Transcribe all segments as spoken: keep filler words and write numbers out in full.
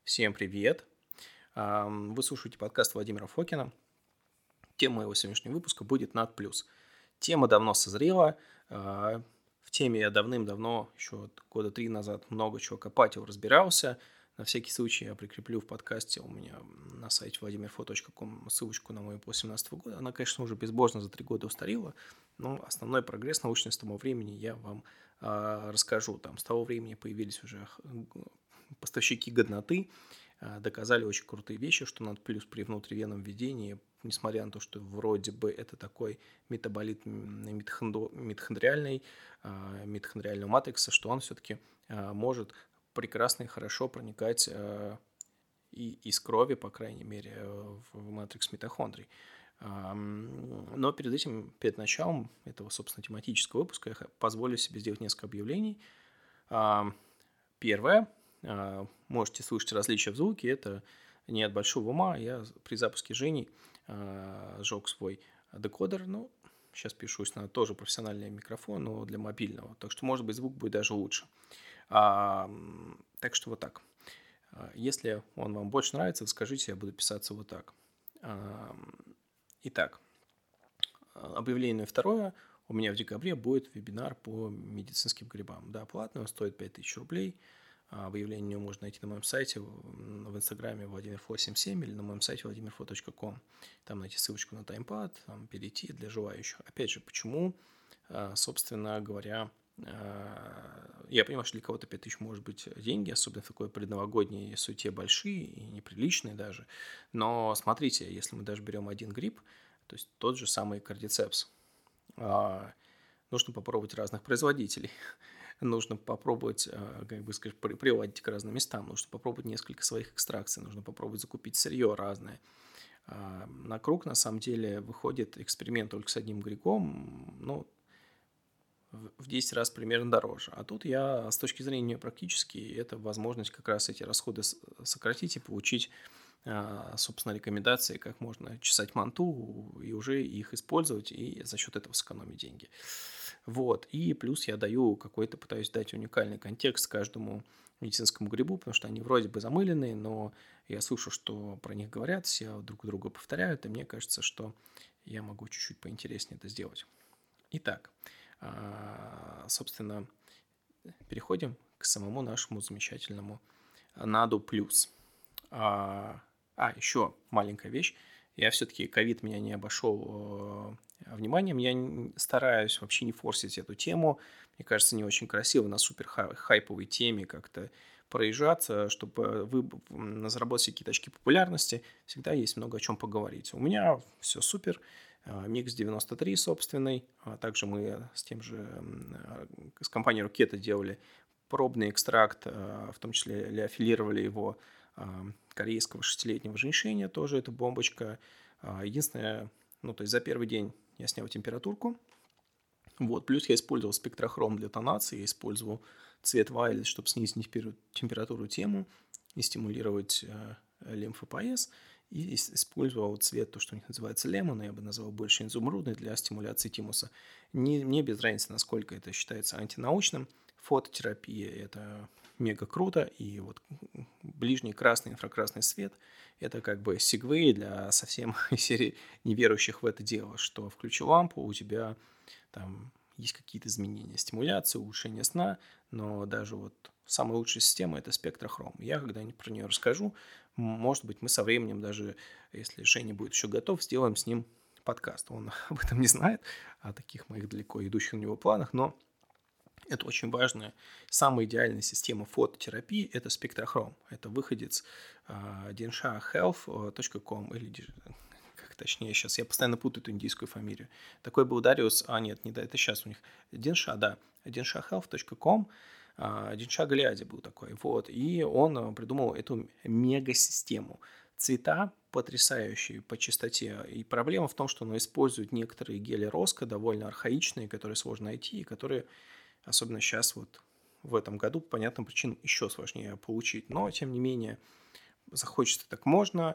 Всем привет! Ам, Вы слушаете подкаст Владимира Фокина. Тема моего сегодняшнего выпуска будет «Над плюс». Тема давно созрела. а, В теме я давным-давно, еще года три назад, много чего копать и разбирался. На всякий случай я прикреплю в подкасте у меня на сайте владимирфо точка ком ссылочку на мою по семнадцатого года. Она, конечно, уже безбожно за три года устарела, но основной прогресс научный с того времени я вам а, расскажу. Там с того времени появились уже х- г- поставщики годноты, а, доказали очень крутые вещи, что над плюс при внутривенном введении, несмотря на то, что вроде бы это такой метаболит митохондо- митохондриальный, а, митохондриального матрикса, что он все-таки а, может прекрасно и хорошо проникать а, и из крови, по крайней мере, в в матрикс митохондрий. Ам, Но перед этим, перед началом этого, собственно, тематического выпуска, я х- позволю себе сделать несколько объявлений. Ам, Первое. а, Можете слышать различия в звуке. Это не от большого ума. Я при запуске Жени а, сжег свой декодер. Ну, сейчас пишусь на тоже профессиональный микрофон, но для мобильного. Так что, может быть, звук будет даже лучше. А, м, Так что вот так. А, Если он вам больше нравится, скажите, я буду писаться вот так. А, Итак, а, объявление второе. У меня в декабре будет вебинар по медицинским грибам. Да, платный, он стоит пять тысяч рублей. А, Выявление можно найти на моем сайте, в инстаграме владимирфо семьдесят семь или на моем сайте владимирфо точка ком. Там найти ссылочку на таймпад, там перейти для желающих. Опять же, почему, а, собственно говоря, а, я понимаю, что для кого-то пять тысяч может быть деньги, особенно в такой предновогодней суете большие и неприличные даже. Но смотрите, если мы даже берем один гриб, то есть тот же самый кардицепс, а, нужно попробовать разных производителей. Нужно попробовать, а, как бы сказать, при- приладить к разным местам. Нужно попробовать несколько своих экстракций. Нужно попробовать закупить сырье разное. А, На круг, на самом деле, выходит эксперимент только с одним грибом, ну, в в десять раз примерно дороже. А тут я с точки зрения практически, это возможность как раз эти расходы с- сократить и получить, а, собственно, рекомендации, как можно чесать манту и уже их использовать, и за счет этого сэкономить деньги. Вот. И плюс я даю какой-то, пытаюсь дать уникальный контекст каждому медицинскому грибу, потому что они вроде бы замыленные, но я слышу, что про них говорят, все друг друга повторяют, и мне кажется, что я могу чуть-чуть поинтереснее это сделать. Итак, а, собственно, переходим к самому нашему замечательному Наду Плюс. А, а, еще маленькая вещь. Я все-таки, ковид меня не обошел э, вниманием. Я н- стараюсь вообще не форсить эту тему. Мне кажется, не очень красиво на супер хай- хайповой теме как-то проезжаться, чтобы вы, м, заработать какие-то очки популярности. Всегда есть много о чем поговорить. У меня все супер. А, Микс девяносто три собственный. А также мы с тем же, м, а, с компанией Рукета делали пробный экстракт, а, в том числе леофилировали его, а, корейского шестилетнего женьшеня, тоже это бомбочка. А, Единственное, ну, то есть за первый день я снял температурку. Вот, плюс я использовал спектрохром для тонации, я использовал цвет Violet, чтобы снизить темперу- температуру тему и стимулировать э, лимфопоэз. И ис- использовал цвет, то, что у них называется лемон, я бы назвал больше изумрудный, для стимуляции тимуса. Не, мне без разницы, насколько это считается антинаучным. Фототерапия – это мега круто, и вот ближний красный, инфракрасный свет – это как бы сегвей для совсем серии неверующих в это дело, что включил лампу, у тебя там есть какие-то изменения, стимуляция, улучшение сна, но даже вот самая лучшая система – это спектрохром. Я когда-нибудь про нее расскажу. Может быть, мы со временем даже, если Женя будет еще готов, сделаем с ним подкаст. Он об этом не знает, о таких моих далеко идущих у него планах, но это очень важная. Самая идеальная система фототерапии – это спектрохром. Это выходец диэнша хелф точка ком или как точнее сейчас, я постоянно путаю эту индийскую фамилию. Такой был Дариус, а нет, не да, это сейчас у них. диэнша, да, диэнша хелф точка ком, диэнша Галиади был такой, вот, и он а, придумал эту мега-систему. Цвета потрясающие по чистоте, и проблема в том, что он использует некоторые гели Роско, довольно архаичные, которые сложно найти, и которые, особенно сейчас вот в этом году, по понятным причинам, еще сложнее получить, но, тем не менее, захочется, так можно.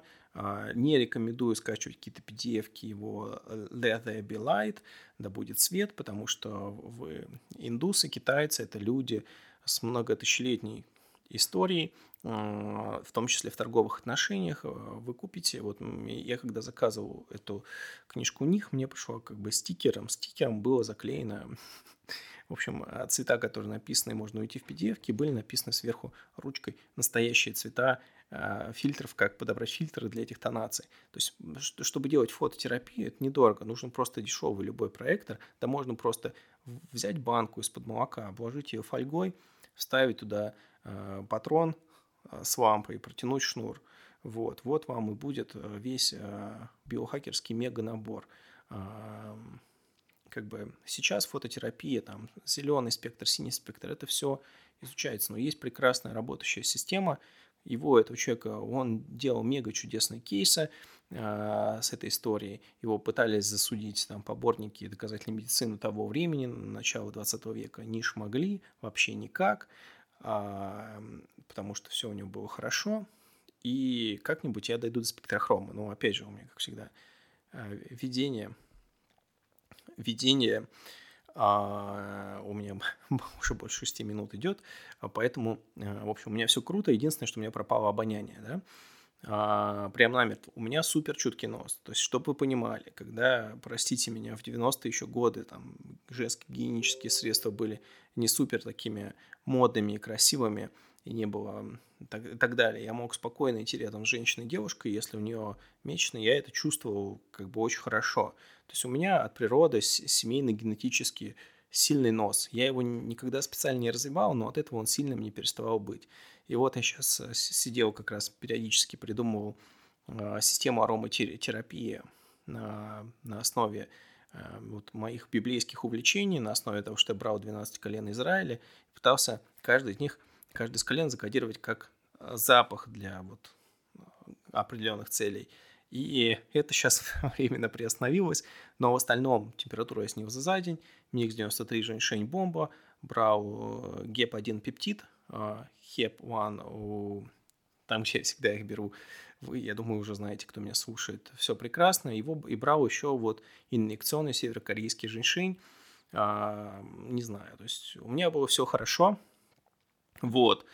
Не рекомендую скачивать какие-то пи ди эф-ки его Let There Be Light, да будет свет, потому что вы индусы, китайцы – это люди с многотысячелетней историй, в том числе в торговых отношениях. Вы купите, вот я когда заказывал эту книжку у них, мне пришло как бы стикером, стикером было заклеено, в общем, цвета, которые написаны, можно уйти в пи ди эф-ки, были написаны сверху ручкой настоящие цвета фильтров, как подобрать фильтры для этих тонаций. То есть, чтобы делать фототерапию, это недорого, нужен просто дешевый любой проектор, да можно просто взять банку из-под молока, обложить ее фольгой, вставить туда э, патрон э, с лампой, протянуть шнур. Вот, вот вам и будет весь э, биохакерский мега-набор. Э, как бы сейчас фототерапия, там, зеленый спектр, синий спектр, это все изучается, но есть прекрасная работающая система. Его, этого человека, он делал мега чудесные кейсы э, с этой историей. Его пытались засудить там поборники доказательной медицины того времени, начала двадцатого века. Не шмогли вообще никак, э, потому что все у него было хорошо. И как-нибудь я дойду до спектрохрома. Но опять же, у меня, как всегда, э, видение, видение А, у меня уже больше шести минут идет, поэтому, в общем, у меня все круто. Единственное, что у меня пропало обоняние, да, а, прям намертво. У меня супер чуткий нос. То есть, чтобы вы понимали, когда, простите меня, в девяностые еще годы там женские гигиенические средства были не супер такими модными и красивыми, и не было так, и так далее. Я мог спокойно идти рядом с женщиной и девушкой, если у нее месячные, я это чувствовал как бы очень хорошо. То есть у меня от природы семейный генетически сильный нос. Я его никогда специально не развивал, но от этого он сильным не переставал быть. И вот я сейчас сидел как раз периодически, придумывал э, систему ароматерапии на, на основе э, вот моих библейских увлечений, на основе того, что я брал двенадцать колен Израиля, пытался каждый из них, каждый из колен закодировать как запах для вот определенных целей. И это сейчас временно приостановилось, но в остальном температуру я снизил за день, микс девяносто три женьшень бомба, брал геп один пептид, хеп один, там, где я всегда их беру, вы, я думаю, уже знаете, кто меня слушает, все прекрасно, его и брал еще вот инъекционный северокорейский женьшень, не знаю, то есть у меня было все хорошо, вот.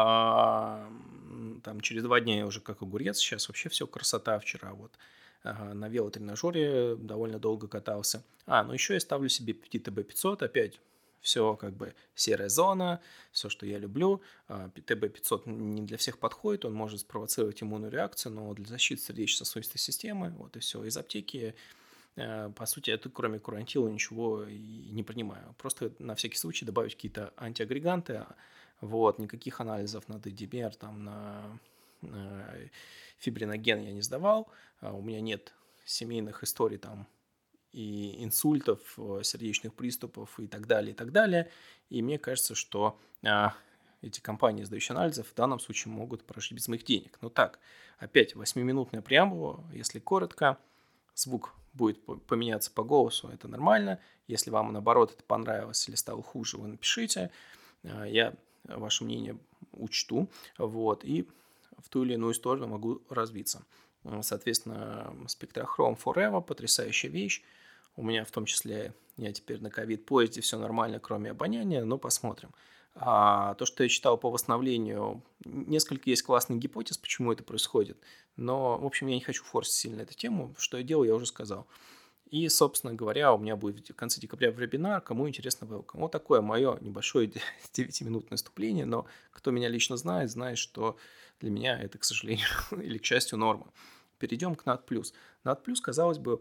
А, там через два дня я уже как огурец, сейчас вообще все красота. Вчера вот ага, на велотренажере довольно долго катался. А, ну еще я ставлю себе Petit тэ бэ пятьсот, опять все как бы серая зона, все, что я люблю. тэ бэ пятьсот не для всех подходит, он может спровоцировать иммунную реакцию, но для защиты сердечно-сосудистой системы, вот и все. Из аптеки, по сути, я тут кроме курантила ничего и не принимаю. Просто на всякий случай добавить какие-то антиагреганты. Вот, никаких анализов на ди ди эр, там, на, на фибриноген я не сдавал. У меня нет семейных историй там и инсультов, сердечных приступов и так далее, и так далее. И мне кажется, что а, эти компании, сдающие анализов, в данном случае могут прожить без моих денег. Но так, опять восьмиминутная преамбула, если коротко, звук будет поменяться по голосу, это нормально. Если вам, наоборот, это понравилось или стало хуже, вы напишите. Я ваше мнение учту, вот, и в ту или иную сторону могу развиться. Соответственно, Spectrachrome Forever – потрясающая вещь. У меня в том числе, я теперь на ковид-поезде, все нормально, кроме обоняния, но посмотрим. А то, что я читал по восстановлению, несколько есть классных гипотез, почему это происходит, но, в общем, я не хочу форсить сильно эту тему. Что я делал, я уже сказал. И, собственно говоря, у меня будет в конце декабря вебинар, кому интересно, welcome. Вот такое мое небольшое девятиминутное вступление, но кто меня лично знает, знает, что для меня это, к сожалению, или к счастью, норма. Перейдем к нат плюс. нат плюс, казалось бы,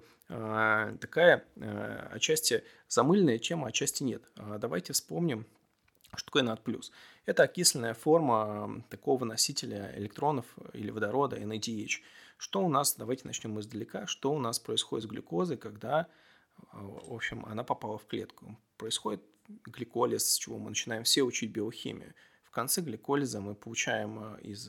такая отчасти замыльная тема, отчасти нет. Давайте вспомним, что такое нат плюс. Это окисленная форма такого носителя электронов или водорода эн эй ди эйч. Что у нас, давайте начнем издалека, что у нас происходит с глюкозой, когда, в общем, она попала в клетку. Происходит гликолиз, с чего мы начинаем все учить биохимию. В конце гликолиза мы получаем из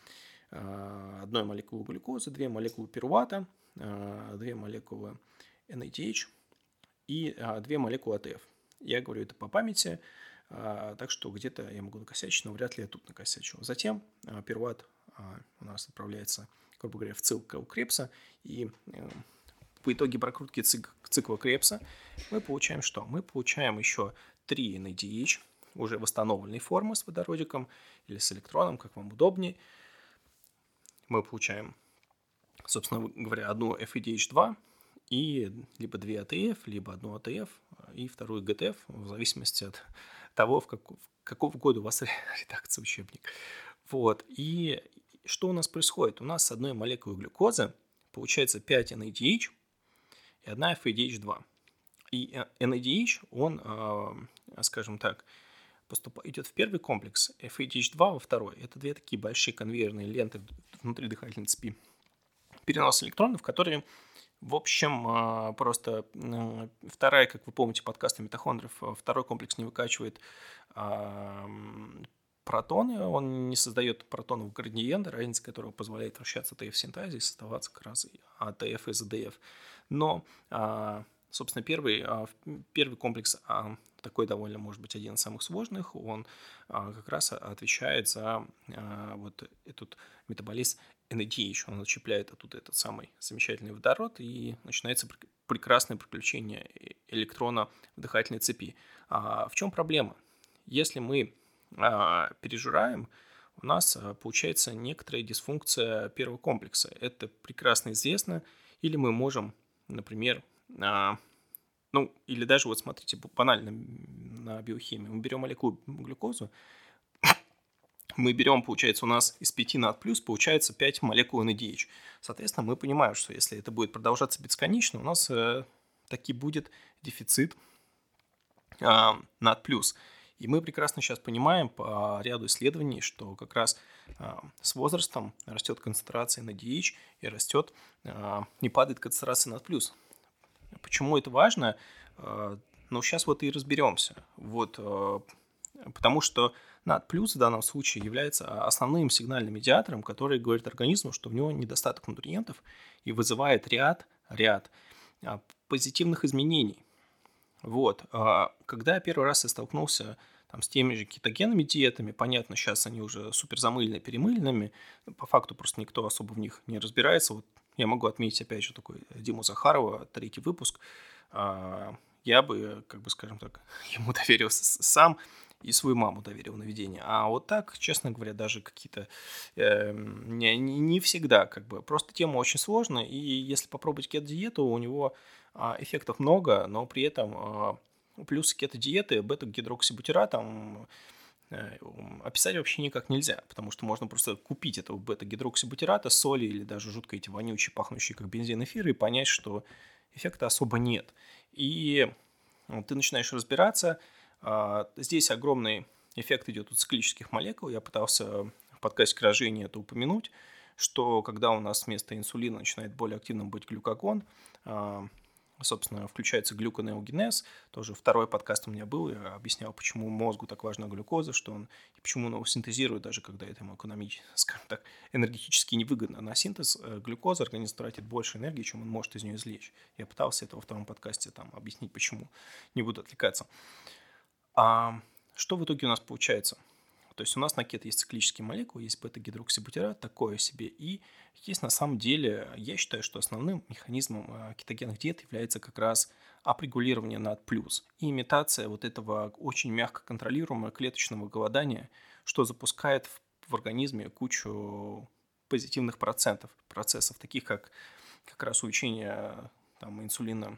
одной молекулы глюкозы две молекулы пирувата, две молекулы эн эй ди эйч и две молекулы эй ти эф. Я говорю это по памяти, так что где-то я могу накосячить, но вряд ли я тут накосячу. Затем пируват у нас отправляется, грубо говоря, в цикл Кребса, и по итоге прокрутки цик- цикла Кребса мы получаем что? Мы получаем еще три эн эй ди эйч, уже восстановленной формы с водородиком или с электроном, как вам удобнее. Мы получаем, собственно говоря, одну эф и ди эйч два и либо две эй ти эф, либо одну эй ти эф и вторую джи ти эф, в зависимости от того, в, как, в какого года у вас редакция учебник. Вот. И что у нас происходит? У нас с одной молекулы глюкозы получается пять эн эй ди эйч и одна эф и ди эйч два. И эн эй ди эйч, он, скажем так, поступ... идет в первый комплекс, эф и ди эйч два во второй. Это две такие большие конвейерные ленты внутри дыхательной цепи переноса электронов, которые, в общем, просто вторая, как вы помните, подкаст о митохондрах, второй комплекс не выкачивает протоны, он не создает протонов градиента, разница которого позволяет вращаться ти эф-синтазе и создаваться как раз эй ти эф из эй ди эф. Но, собственно, первый, первый комплекс, такой довольно, может быть, один из самых сложных, он как раз отвечает за вот этот метаболизм эн эй ди эйч. Он отщепляет оттуда этот самый замечательный водород, и начинается прекрасное приключение электрона в дыхательной цепи. В чем проблема? Если мы пережираем, у нас получается некоторая дисфункция первого комплекса. Это прекрасно известно. Или мы можем, например, ну, или даже вот смотрите, банально на биохимию. Мы берем молекулу глюкозу, мы берем, получается, у нас из пяти над плюс получается пять молекул эн эй ди эйч. Соответственно, мы понимаем, что если это будет продолжаться бесконечно, у нас э, таки будет дефицит э, над плюс. И мы прекрасно сейчас понимаем по ряду исследований, что как раз э, с возрастом растет концентрация эн эй ди эйч и растет, э, не падает концентрация над плюс. Почему это важно? Э, ну, сейчас вот и разберемся. Вот, э, потому что над плюс в данном случае является основным сигнальным медиатором, который говорит организму, что у него недостаток нутриентов и вызывает ряд, ряд э, позитивных изменений. Вот. Когда я первый раз я столкнулся там, с теми же кетогенными диетами, понятно, сейчас они уже супер замыленные, перемыленными, по факту просто никто особо в них не разбирается. Вот я могу отметить, опять же, такой Диму Захарова, третий выпуск. Я бы, как бы, скажем так, ему доверил сам и свою маму доверил на ведение. А вот так, честно говоря, даже какие-то э, не, не всегда, как бы, просто тема очень сложная, и если попробовать кето-диету, у него эффектов много, но при этом плюсы кето-диеты, бета-гидроксибутиратом описать вообще никак нельзя, потому что можно просто купить этого бета-гидроксибутирата, соли или даже жутко эти вонючие, пахнущие как бензин эфиры и понять, что эффекта особо нет. И ты начинаешь разбираться. Здесь огромный эффект идет от циклических молекул. Я пытался в подкасте «Крожение» это упомянуть, что когда у нас вместо инсулина начинает более активным быть глюкагон, собственно, включается глюконеогенез. Тоже второй подкаст у меня был. Я объяснял, почему мозгу так важна глюкоза, что он, и почему он его синтезирует, даже когда это ему экономически, скажем так, энергетически невыгодно. На синтез глюкозы организм тратит больше энергии, чем он может из нее извлечь. Я пытался это во втором подкасте там, объяснить, почему. Не буду отвлекаться. А что в итоге у нас получается? То есть у нас на кето есть циклические молекулы, есть бета-гидроксибутират, такое себе. И есть на самом деле, я считаю, что основным механизмом кетогенных диет является как раз апрегулирование над плюс и имитация вот этого очень мягко контролируемого клеточного голодания, что запускает в, в организме кучу позитивных процентов, процессов, таких как как раз увеличение там, инсулина,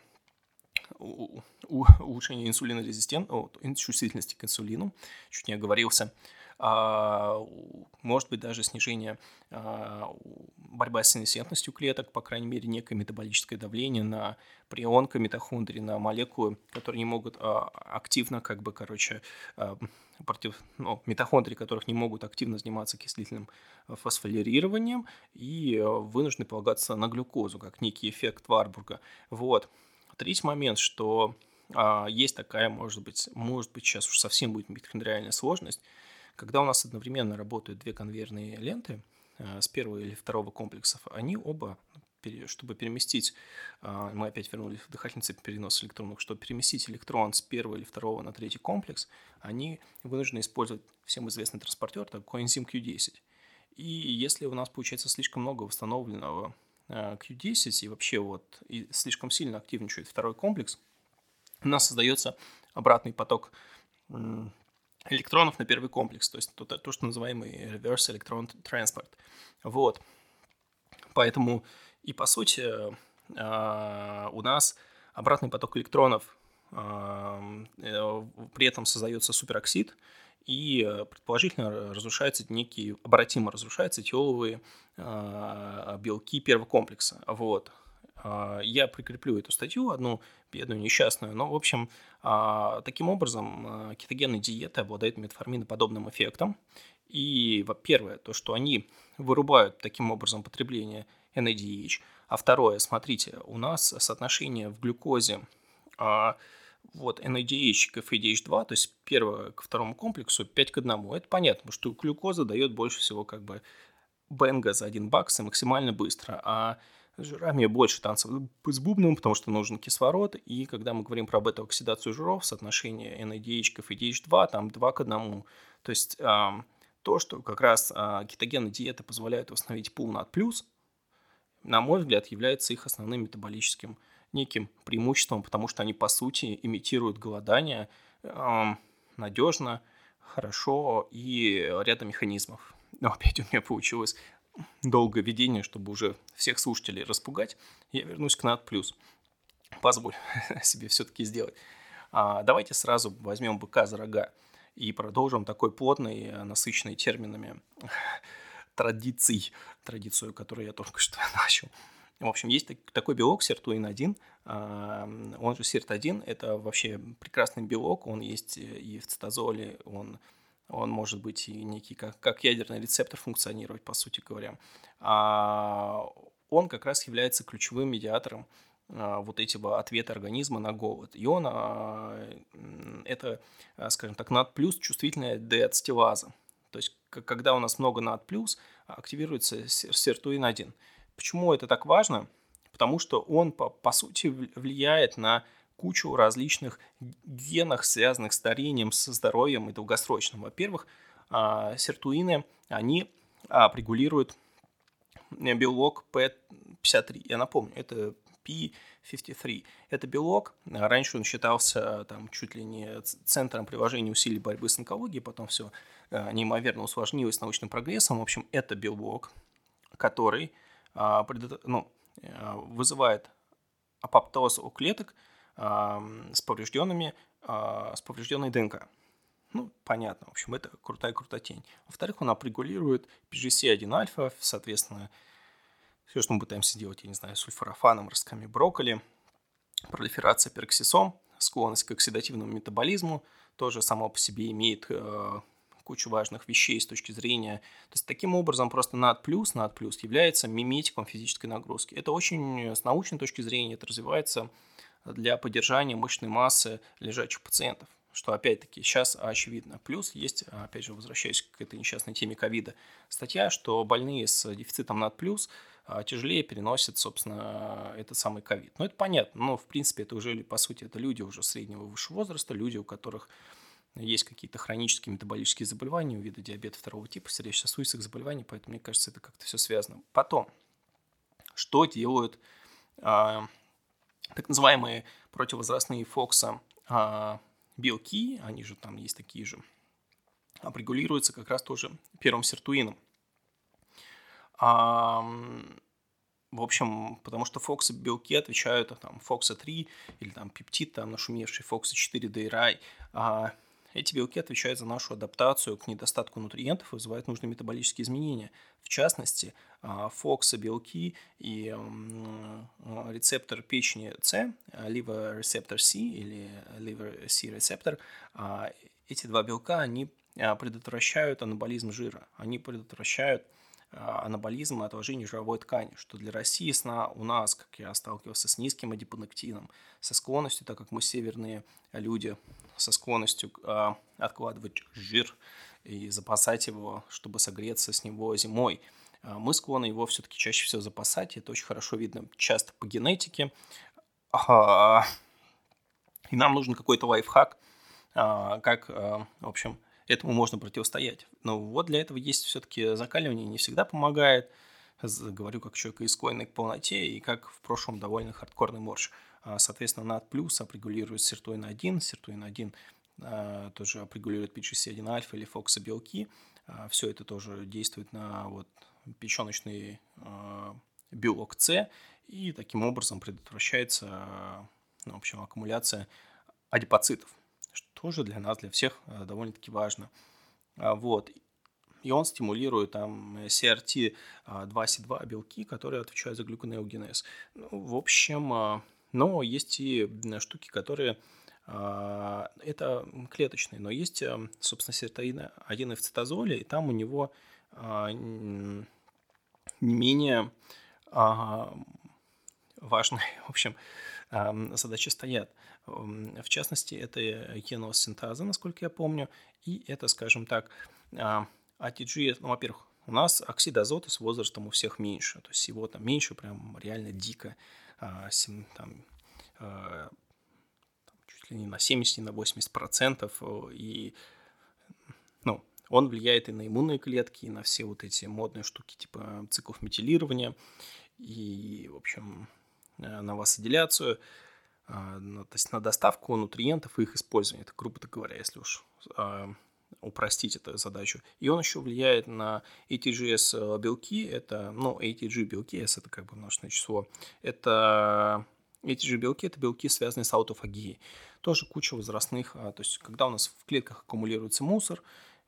у, у, улучшение инсулинорезистентности, чувствительности к инсулину, чуть не оговорился, а, может быть даже снижение, а, борьба с сенесцентностью клеток, по крайней мере некое метаболическое давление на прионка митохондрии, на молекулы, которые не могут а, активно, как бы, короче, а, против, ну, митохондрии, которых не могут активно заниматься окислительным фосфорилированием и вынуждены полагаться на глюкозу, как некий эффект Варбурга. Вот. Третий момент, что а, есть такая, может быть, может быть, сейчас уж совсем будет митохондриальная сложность, когда у нас одновременно работают две конвейерные ленты а, с первого или второго комплексов, они оба, чтобы переместить, а, мы опять вернулись в дыхательный цепь переноса электронов, чтобы переместить электрон с первого или второго на третий комплекс, они вынуждены использовать всем известный транспортер, такой энзим кью десять. И если у нас получается слишком много восстановленного кью десять и вообще вот и слишком сильно активничает второй комплекс, у нас создается обратный поток электронов на первый комплекс, то есть то, то что называемый reverse electron transport. Вот. Поэтому и по сути у нас обратный поток электронов, при этом создается супероксид, и предположительно разрушаются некие, обратимо разрушаются этиоловые белки первого комплекса. Вот. Я прикреплю эту статью, одну бедную, несчастную, но, в общем, таким образом кетогенные диеты обладают метформиноподобным эффектом. И, во-первых, то, что они вырубают таким образом потребление эн эй ди эйч. А второе, смотрите, у нас соотношение в глюкозе а, вот эн эй ди эйч к эф эй ди эйч два, то есть первое к второму комплексу пять к одному. Это понятно, потому что глюкоза дает больше всего как бы бенга за один бакс и максимально быстро, а жирами больше танцев с бубном, потому что нужен кислород, и когда мы говорим про бета-оксидацию жиров, соотношение эн эй ди эйч к эф эй ди эйч два там два к одному. То есть а, то, что как раз а, кетогенные диеты позволяют восстановить пул над плюс, на мой взгляд, является их основным метаболическим неким преимуществом, потому что они, по сути, имитируют голодание э, надежно, хорошо и рядом механизмов. Но опять у меня получилось долгое видение, чтобы уже всех слушателей распугать. Я вернусь к НАД+. Позволь себе все-таки сделать. А, давайте сразу возьмем быка за рога и продолжим такой плотный, насыщенный терминами традиций, традицию, которую я только что начал. В общем, есть такой белок сиртуин один, он же сирт один, это вообще прекрасный белок, он есть и в цитозоле, он, он может быть и некий, как, как ядерный рецептор функционировать, по сути говоря. Он как раз является ключевым медиатором вот этого ответа организма на голод. И он, это, скажем так, НАД+, чувствительная деацетилаза. То есть, когда у нас много НАД+, активируется сиртуин один. Почему это так важно? Потому что он, по, по сути, влияет на кучу различных генов, связанных с старением, со здоровьем и долгосрочным. Во-первых, сиртуины, они регулируют белок пи пятьдесят три. Я напомню, это пи пятьдесят три. Это белок. Раньше он считался там, чуть ли не центром приложения усилий борьбы с онкологией, потом все неимоверно усложнилось научным прогрессом. В общем, это белок, который ну, вызывает апоптоз у клеток с поврежденными, с поврежденной ДНК. Ну, понятно, в общем, это крутая крутотень. Во-вторых, он регулирует пи джи си один альфа, соответственно, все, что мы пытаемся делать, я не знаю, сульфорафаном, ростками брокколи, пролиферация пероксисом, склонность к оксидативному метаболизму, тоже само по себе имеет э, кучу важных вещей с точки зрения... То есть, таким образом, просто НАД+, НАД+, является миметиком физической нагрузки. Это очень, с научной точки зрения, это развивается для поддержания мышечной массы лежачих пациентов, что, опять-таки, сейчас очевидно. Плюс есть, опять же, возвращаясь к этой несчастной теме ковида, статья, что больные с дефицитом НАД+, тяжелее переносят, собственно, этот самый ковид. Ну, это понятно, но, в принципе, это уже, по сути, это люди уже среднего и высшего возраста, люди, у которых есть какие-то хронические метаболические заболевания, у вида диабета второго типа, сердечно-сосудистых заболеваний, поэтому, мне кажется, это как-то все связано. Потом, что делают а, так называемые противовозрастные Фокса а, белки, они же там есть такие же, регулируются как раз тоже первым сиртуином. А, в общем, потому что Фоксы белки отвечают, там, Фокса три или там пептид, там, нашумевший Фокса четыре ди эр ай. А, эти белки отвечают за нашу адаптацию к недостатку нутриентов и вызывают нужные метаболические изменения. В частности, Фокса белки и рецептор печени С, liver receptor C или liver C рецептор, эти два белка, они предотвращают анаболизм жира, они предотвращают анаболизм и отложение жировой ткани, что для России у нас, как я сталкивался, с низким адипонектином, со склонностью, так как мы северные люди, со склонностью э, откладывать жир и запасать его, чтобы согреться с него зимой. Э, мы склонны его все-таки чаще всего запасать, это очень хорошо видно часто по генетике. А, и нам нужен какой-то лайфхак, э, как, э, в общем, этому можно противостоять. Но вот для этого есть все-таки закаливание, не всегда помогает. Говорю как человек, склонный к полноте, и как в прошлом довольно хардкорный морж. Соответственно, НАД плюс регулирует сиртуин один. Сиртуин один а, тоже регулирует пи джи си один альфа или фокса белки. А, все это тоже действует на вот печеночный а, белок С, и таким образом предотвращается, а, ну, в общем, аккумуляция адипоцитов, что тоже для нас, для всех а, довольно-таки важно. А, вот. И он стимулирует там си ар ти два си два белки, которые отвечают за глюконеогенез. Ну, в общем, а, но есть и м, штуки, которые а, это клеточные, но есть, а, собственно, серотонин один и в цитозоле, и там у него а, н- не менее а, важные, в общем, ам, задачи стоят. М, В частности, это генез синтаза, насколько я помню, и это, скажем так, а, эй ти джи, ну, во-первых, у нас оксид азота с возрастом у всех меньше, то есть его там меньше, прям реально дико, а, сем- там, а, чуть ли не на семьдесят, на восемьдесят процентов, о, и, ну, он влияет и на иммунные клетки, и на все вот эти модные штуки типа циклов метилирования, и, в общем, э, на васодиляцию, а, ну, то есть на доставку нутриентов и их использование. Это, грубо говоря, если уж а, упростить эту задачу. И он еще влияет на эй ти джи эс белки. Это, ну, эй ти джи белки, S это как бы множественное число. Это эй ти джи белки, это белки, связанные с аутофагией. Тоже куча возрастных, а, то есть когда у нас в клетках аккумулируется мусор,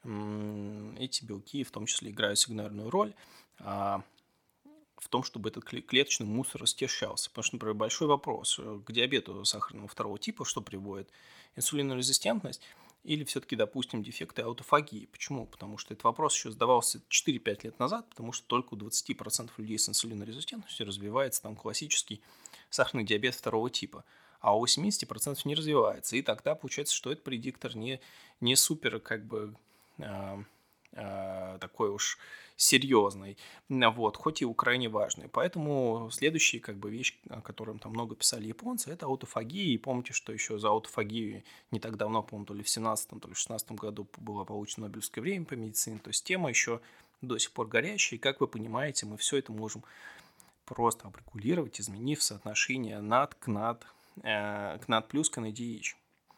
м, эти белки в том числе играют сигнальную роль. А, в том, чтобы этот клеточный мусор растещался. Потому что, например, большой вопрос к диабету сахарного второго типа, что приводит? Инсулинорезистентность или все-таки, допустим, дефекты аутофагии? Почему? Потому что этот вопрос еще задавался четыре-пять лет назад, потому что только у двадцати процентов людей с инсулинорезистентностью развивается там классический сахарный диабет второго типа, а у восьмидесяти процентов не развивается. И тогда получается, что этот предиктор не, не супер как бы э, э, такой уж серьезный, вот, хоть и крайне важный. Поэтому следующая как бы вещь, о которой там много писали японцы, это аутофагия. И помните, что еще за аутофагию не так давно, по-моему, то ли в семнадцатом, то ли в шестнадцатом году было получено Нобелевское время по медицине. То есть тема еще до сих пор горячая. И, как вы понимаете, мы все это можем просто обрегулировать, изменив соотношение над к над, э, к над плюс к эн эй ди эйч.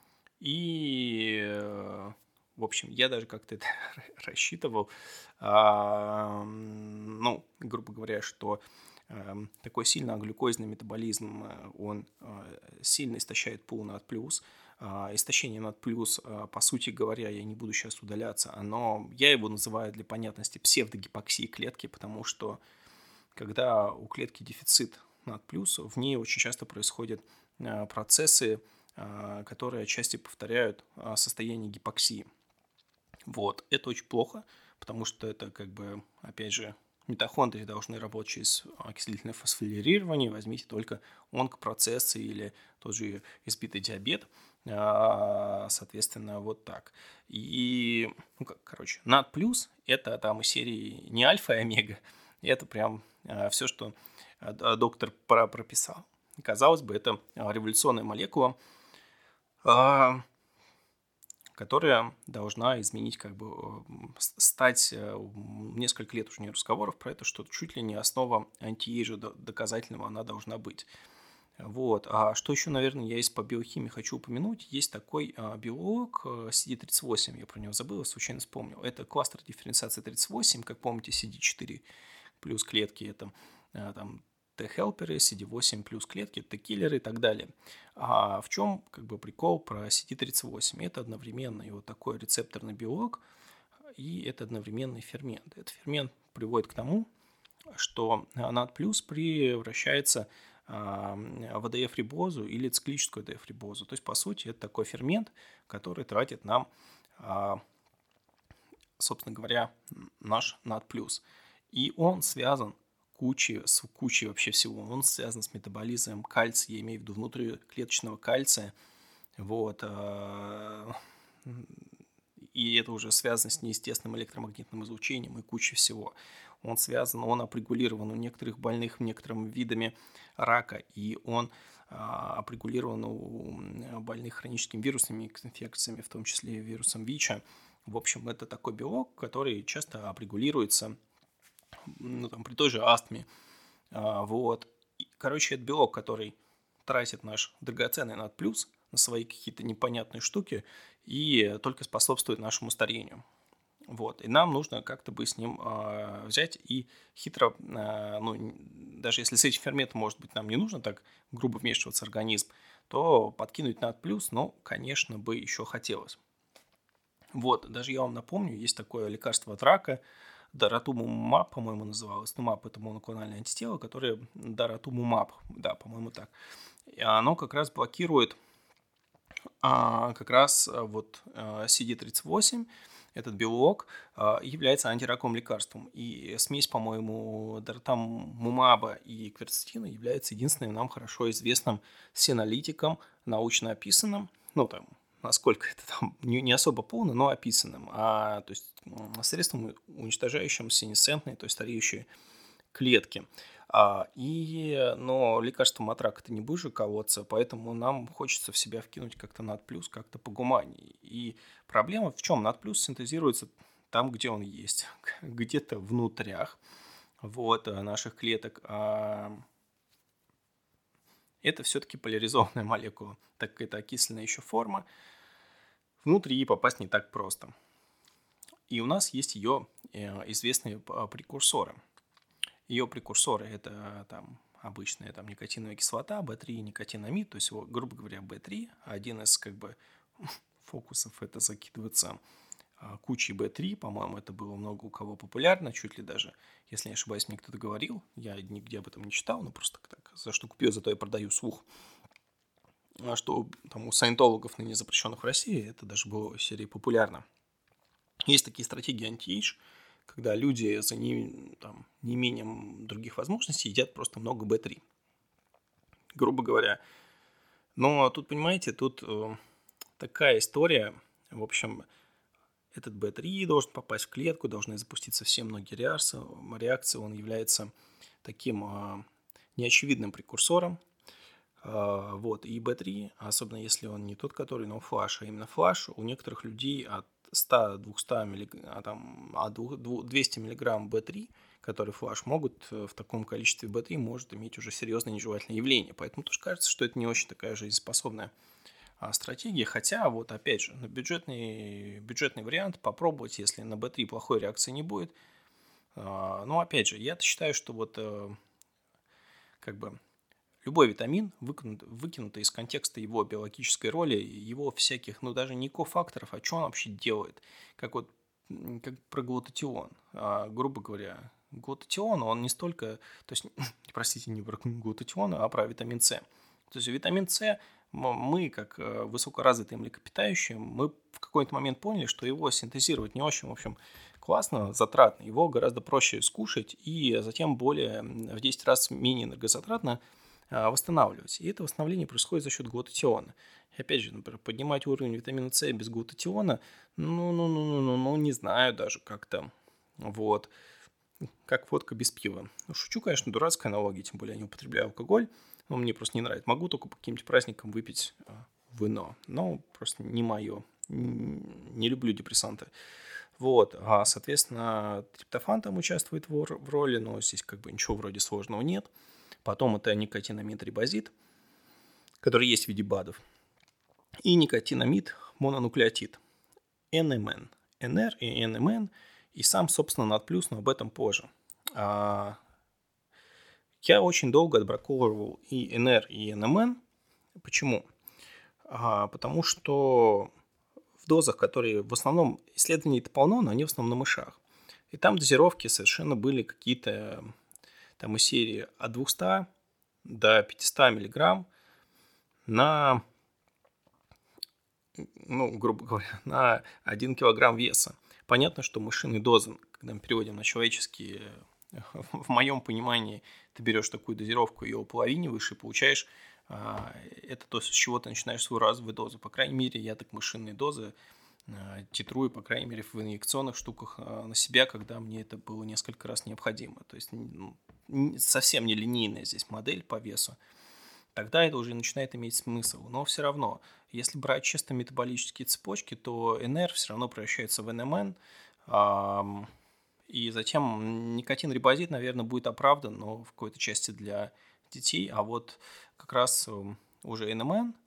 И, э, в общем, я даже как-то это рассчитывал, а, ну, грубо говоря, что э, такой сильно глюкозный метаболизм, э, он э, сильно истощает пул над плюс. А, истощение над плюс, а, по сути говоря, я не буду сейчас удаляться, но я его называю для понятности псевдогипоксией клетки, потому что когда у клетки дефицит над плюс, в ней очень часто происходят э, процессы, э, которые отчасти повторяют э, состояние гипоксии. Вот, это очень плохо, потому что это как бы, опять же, митохондрии должны работать через окислительное фосфорилирование. Возьмите только онкопроцессы или тот же избитый диабет. А, Соответственно, вот так. И, ну как, короче, над плюс это там из серии не альфа и омега. Это прям а, все, что а, доктор про- прописал. Казалось бы, это а, революционная молекула, а, которая должна изменить, как бы м, с- стать, э, м, несколько лет уже не разговоров про это, что чуть ли не основа антиэйджа до- доказательного она должна быть. Вот. А что еще, наверное, я из по биохимии хочу упомянуть, есть такой а, белок э, си ди тридцать восемь, я про него забыл, я случайно вспомнил. Это кластер дифференциации тридцать восемь, как помните, си ди четыре плюс клетки, это а, там Т-хелперы, си ди восемь плюс клетки, Т-киллеры и так далее. А в чем как бы прикол про си ди тридцать восемь? Это одновременно и вот такой рецепторный белок, и это одновременный фермент. Этот фермент приводит к тому, что над плюс превращается а, в эй ди эф-рибозу или циклическую эй ди эф-рибозу. То есть, по сути, это такой фермент, который тратит нам, а, собственно говоря, наш над плюс. И он связан кучей, с кучей вообще всего. Он связан с метаболизмом кальция, я имею в виду внутриклеточного кальция. Вот. а, И это уже связано с неестественным электромагнитным излучением и кучей всего. Он связан, он отрегулирован у некоторых больных некоторыми видами рака, и он а, отрегулирован у больных хроническими вирусными инфекциями, в том числе вирусом ВИЧа. В общем, это такой белок, который часто отрегулируется, ну, там, при той же астме. А, вот. И, короче, это белок, который тратит наш драгоценный над плюс на свои какие-то непонятные штуки и только способствует нашему старению. Вот. И нам нужно как-то бы с ним э, взять и хитро, э, ну, даже если с этим ферментом, может быть, нам не нужно так грубо вмешиваться в организм, то подкинуть над плюс, ну, конечно, бы еще хотелось. Вот, даже я вам напомню, есть такое лекарство от рака, даратумумаб, по-моему, называлось. Ну, мап – это моноклональное антитело, которое даратумумаб, да, по-моему, так. И оно как раз блокирует а, как раз а, вот а, си ди тридцать восемь, этот белок, а, является антираковым лекарством. И смесь, по-моему, даратумумаба и кверцетина является единственным нам хорошо известным синолитиком, научно описанным, ну, там, насколько это там не, не особо полно, но описанным, а, то есть средством, уничтожающим синесцентные, то есть стареющие клетки. А, и, но лекарством от рака ты не будешь же колоться, поэтому нам хочется в себя вкинуть как-то надплюс, как-то погуманнее. И проблема в чем? Надплюс синтезируется там, где он есть, где-то внутрях вот, наших клеток. А это все-таки поляризованная молекула, так как это окисленная еще форма. Внутрь ей попасть не так просто. И у нас есть ее известные прекурсоры. Ее прекурсоры – это там обычная там, никотиновая кислота, бэ три, никотинамид, то есть, грубо говоря, бэ три. Один из как бы фокусов – это закидываться кучей бэ три, по-моему, это было много у кого популярно, чуть ли даже, если не ошибаюсь, мне кто-то говорил, я нигде об этом не читал, но просто так, за что купил, зато я продаю слух. А что там у саентологов, ныне запрещенных в России, это даже было в серии популярно. Есть такие стратегии анти-эйдж, когда люди за не, там, неимением других возможностей едят просто много бэ три, грубо говоря. Но тут, понимаете, тут э, такая история, в общем, этот бэ три должен попасть в клетку, должны запуститься все многие реакции, реакции он является таким э, неочевидным прекурсором. Э, вот, и бэ три, особенно если он не тот, который, но флаш, а именно флаш, у некоторых людей от сто-двести миллиграмм, а там, а двести миллиграмм бэ три, который флаш могут в таком количестве бэ три, может иметь уже серьезное нежелательное явление. Поэтому тоже кажется, что это не очень такая жизнеспособная а, стратегия. Хотя, вот опять же, на бюджетный, бюджетный вариант попробовать, если на бэ три плохой реакции не будет. А, но опять же, я считаю, что вот как бы любой витамин, выкинутый из контекста его биологической роли, его всяких, ну даже не кофакторов, а что он вообще делает, как вот как про глутатион. А, грубо говоря, глутатион, он не столько, то есть, простите, не про глутатион, а про витамин С. То есть витамин С, мы, как высокоразвитые млекопитающие, мы в какой-то момент поняли, что его синтезировать не очень, в общем, классно, затратно. Его гораздо проще скушать и затем более в десять раз менее энергозатратно восстанавливать. И это восстановление происходит за счет глутатиона. И опять же, например, поднимать уровень витамина С без глутатиона, ну, ну, ну, ну, ну, ну, не знаю даже как-то. Вот. Как водка без пива. Ну, шучу, конечно, дурацкая аналогия, тем более я не употребляю алкоголь, но мне просто не нравится. Могу только по каким-то праздникам выпить вино, но просто не мое. Не люблю депрессанты. Вот, а, соответственно, триптофан там участвует в роли, но здесь как бы ничего вроде сложного нет. Потом это никотинамид рибозид, который есть в виде БАДов. И никотинамид мононуклеотид. эн эм эн. эн эр и эн эм эн. И сам, собственно, надплюс, но об этом позже. А, я очень долго отбраковывал и эн эр, и эн эм эн. Почему? А, потому что в дозах, которые в основном, исследований-то полно, но они в основном на мышах. И там дозировки совершенно были какие-то там из серии от двухсот до пятисот миллиграмм на, ну, грубо говоря, на один килограмм веса. Понятно, что мышиные дозы, когда мы переводим на человеческие, в моем понимании, ты берешь такую дозировку, ее уполовиниваешь и получаешь это то, с чего ты начинаешь свою разовую дозу. По крайней мере, я так мышиные дозы титрую, по крайней мере, в инъекционных штуках на себя, когда мне это было несколько раз необходимо. То есть ну, совсем не линейная здесь модель по весу. Тогда это уже начинает иметь смысл. Но все равно, если брать чисто метаболические цепочки, то эн эр все равно превращается в эн эм эн. А, и затем никотин-рибозид, наверное, будет оправдан, но в какой-то части для детей. А вот как раз уже эн эм эн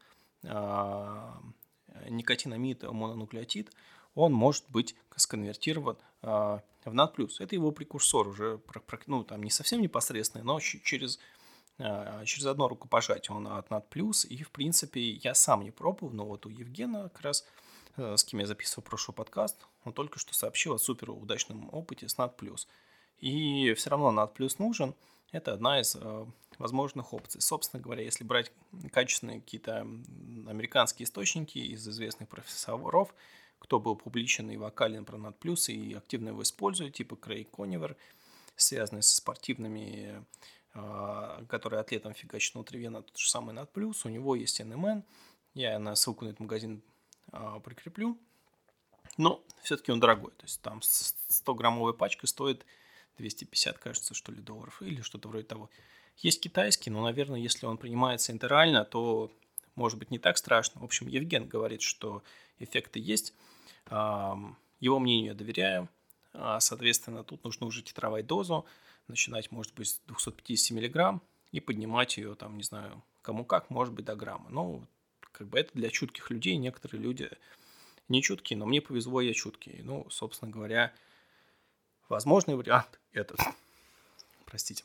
никотинамид мононуклеотид, он может быть сконвертирован в НАД+. Это его прекурсор уже, ну, там не совсем непосредственный, но через, через одно рукопожатие он от НАД+. И, в принципе, я сам не пробовал, но вот у Евгена, как раз с кем я записывал прошлый подкаст, он только что сообщил о супер удачном опыте с НАД+. И все равно НАД+ нужен. Это одна из возможных опций. Собственно говоря, если брать качественные какие-то американские источники из известных профессоров, кто был публичен и вокален про НАД+, и активно его использует, типа Крейг Конивер, связанный со спортивными, которые атлетам фигачат внутривенно, тот же самый НАД+, у него есть эн эм эн, я на ссылку на этот магазин прикреплю, но все-таки он дорогой, то есть там сто-граммовая пачка стоит двести пятьдесят, кажется, что ли, долларов, или что-то вроде того. Есть китайский, но, наверное, если он принимается интерально, то, может быть, не так страшно. В общем, Евген говорит, что эффекты есть. Его мнению я доверяю. Соответственно, тут нужно уже титровать дозу. Начинать, может быть, с двухсот пятидесяти миллиграмм и поднимать ее, там, не знаю, кому как, может быть, до грамма. Ну, как бы это для чутких людей. Некоторые люди не чуткие, но мне повезло, я чуткий. Ну, собственно говоря, возможный вариант этот. Простите.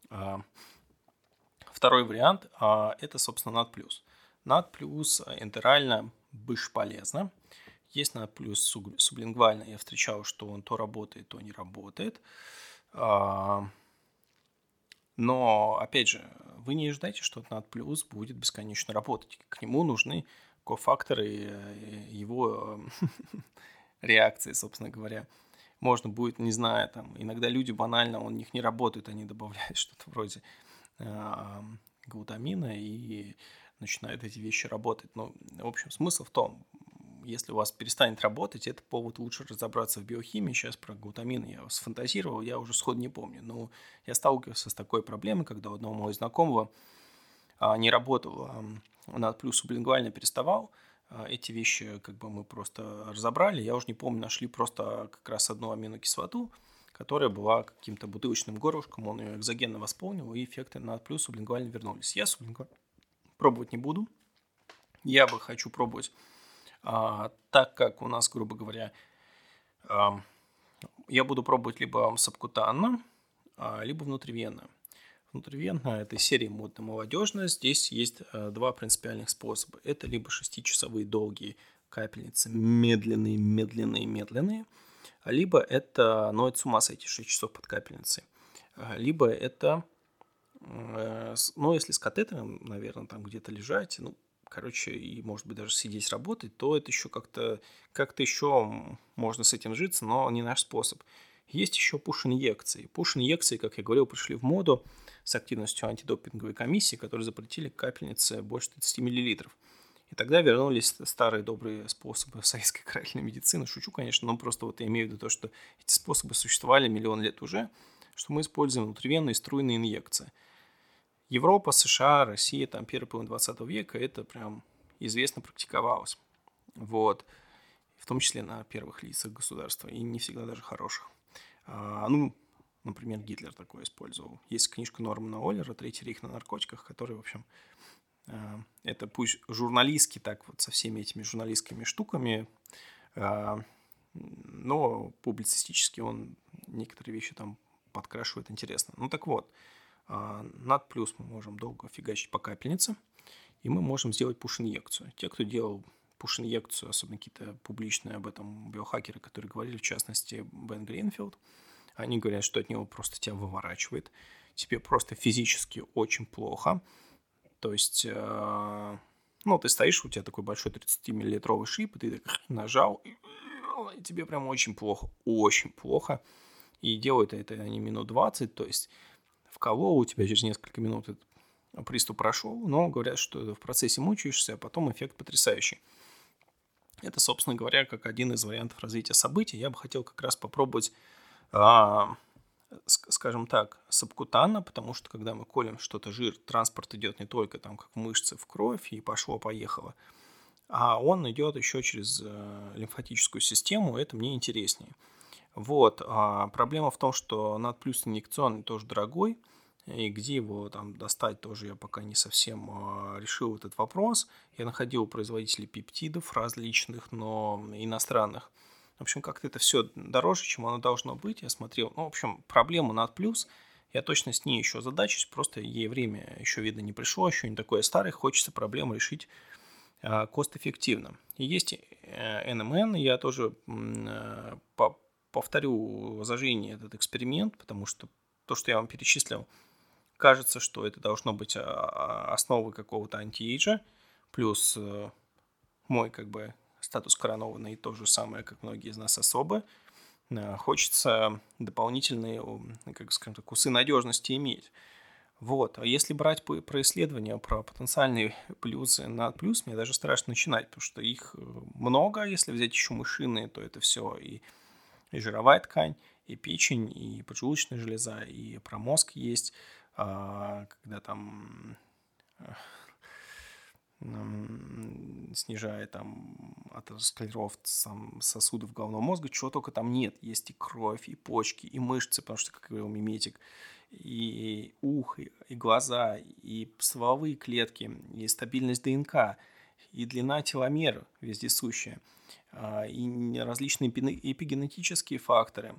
Второй вариант – это, собственно, НАД+. НАД+ интерально бесполезно. Есть НАД+ сублингвально. Я встречал, что он то работает, то не работает. Но, опять же, вы не ждайте, что НАД+ будет бесконечно работать. К нему нужны кофакторы его реакции, собственно говоря. Можно будет, не знаю, там, иногда люди банально, у них не работают, они добавляют что-то вроде э, глутамина и начинают эти вещи работать. Но, в общем, смысл в том, если у вас перестанет работать, это повод лучше разобраться в биохимии. Сейчас про глутамин я сфантазировал, я уже сходу не помню. Но я сталкивался с такой проблемой, когда у одного моего знакомого э, не работал э, НАД+ сублингвально переставал. Эти вещи как бы мы просто разобрали. Я уже не помню, нашли просто как раз одну аминокислоту, которая была каким-то бутылочным горлышком. Он ее экзогенно восполнил, и эффекты НАД+ сублингвально вернулись. Я сублингвально пробовать не буду. Я бы хочу пробовать, а, так как у нас, грубо говоря, а, я буду пробовать либо субкутанно, а, либо внутривенно. Внутривенно этой серии модно-молодежно. Здесь есть э, два принципиальных способа. Это либо шестичасовые долгие капельницы, медленные, медленные, медленные, либо это, ну, это с ума сойти, шесть часов под капельницей. Либо это, э, ну, если с катетером, наверное, там где-то лежать, ну, короче, и, может быть, даже сидеть работать, то это еще как-то, как-то еще можно с этим житься, но не наш способ. Есть еще пуш-инъекции. Пуш-инъекции, как я говорил, пришли в моду с активностью антидопинговой комиссии, которые запретили капельницы больше тридцати миллилитров. И тогда вернулись старые добрые способы советской карательной медицины. Шучу, конечно, но просто вот я имею в виду то, что эти способы существовали миллион лет уже, что мы используем внутривенные струйные инъекции. Европа, США, Россия, там первая половина двадцатого века, это прям известно практиковалось. Вот. В том числе на первых лицах государства, и не всегда даже хороших. А, ну, например, Гитлер такое использовал. Есть книжка Нормана Оллера «Третий рейх на наркотиках», который, в общем, это пусть журналистски так вот со всеми этими журналистскими штуками, но публицистически он некоторые вещи там подкрашивает интересно. Ну так вот, НАД+ мы можем долго фигачить по капельнице, и мы можем сделать пуш-инъекцию. Те, кто делал пуш-инъекцию, особенно какие-то публичные об этом биохакеры, которые говорили, в частности, Бен Гринфилд, они говорят, что от него просто тебя выворачивает. Тебе просто физически очень плохо. То есть, э, ну, ты стоишь, у тебя такой большой тридцатимиллилитровый шип, и ты так нажал, и, и тебе прям очень плохо, очень плохо. И делают это они минут двадцать, то есть вколол, у тебя через несколько минут этот приступ прошел, но говорят, что в процессе мучаешься, а потом эффект потрясающий. Это, собственно говоря, как один из вариантов развития событий. Я бы хотел как раз попробовать, а, скажем так, субкутанно, потому что когда мы колем что-то жир, транспорт идет не только там как в мышцы, в кровь и пошло-поехало, а он идет еще через э, лимфатическую систему, это мне интереснее. Вот. А проблема в том, что НАД+ инъекционный тоже дорогой, И где его там достать, тоже я пока не совсем э, решил этот вопрос. Я находил производителей пептидов различных, но иностранных. В общем, как-то это все дороже, чем оно должно быть. Я смотрел, ну, в общем, проблему над плюс. Я точно с ней еще задачусь, просто ей время еще, видно, не пришло, еще не такое старое. Хочется проблему решить э, кост-эффективно. И есть э, эн эм эн, я тоже э, по повторю за Женей этот эксперимент, потому что то, что я вам перечислил, кажется, что это должно быть основой какого-то антиэйджа, плюс мой как бы статус коронованный, то же самое, как многие из нас особо. Хочется дополнительные, как скажем так, усы надежности иметь. Вот. А если брать про исследования, про потенциальные плюсы над плюс, мне даже страшно начинать, потому что их много. Если взять еще мышиные, то это все и, и жировая ткань, и печень, и поджелудочная железа, и про мозг есть. Когда там снижает там атеросклероз сосудов головного мозга, чего только там нет. Есть и кровь, и почки, и мышцы, потому что, как говорил миметик, и ухо, и глаза, и стволовые клетки, и стабильность ДНК, и длина теломер вездесущая, и различные эпигенетические факторы.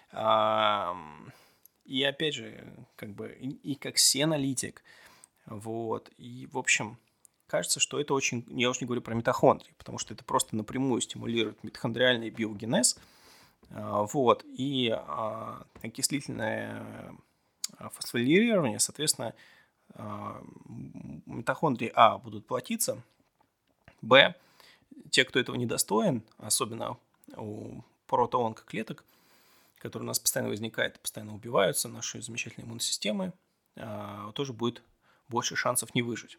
И опять же, как бы, и, и как сеаналитик, вот, и, в общем, кажется, что это очень, я уж не говорю про митохондрии, потому что это просто напрямую стимулирует митохондриальный биогенез, вот, и окислительное фосфорилирование, соответственно, митохондрии, а, будут плотиться, б, те, кто этого недостоин, особенно у протоонкоклеток, которые у нас постоянно возникают и постоянно убиваются, наши замечательные иммунные системы, тоже будет больше шансов не выжить.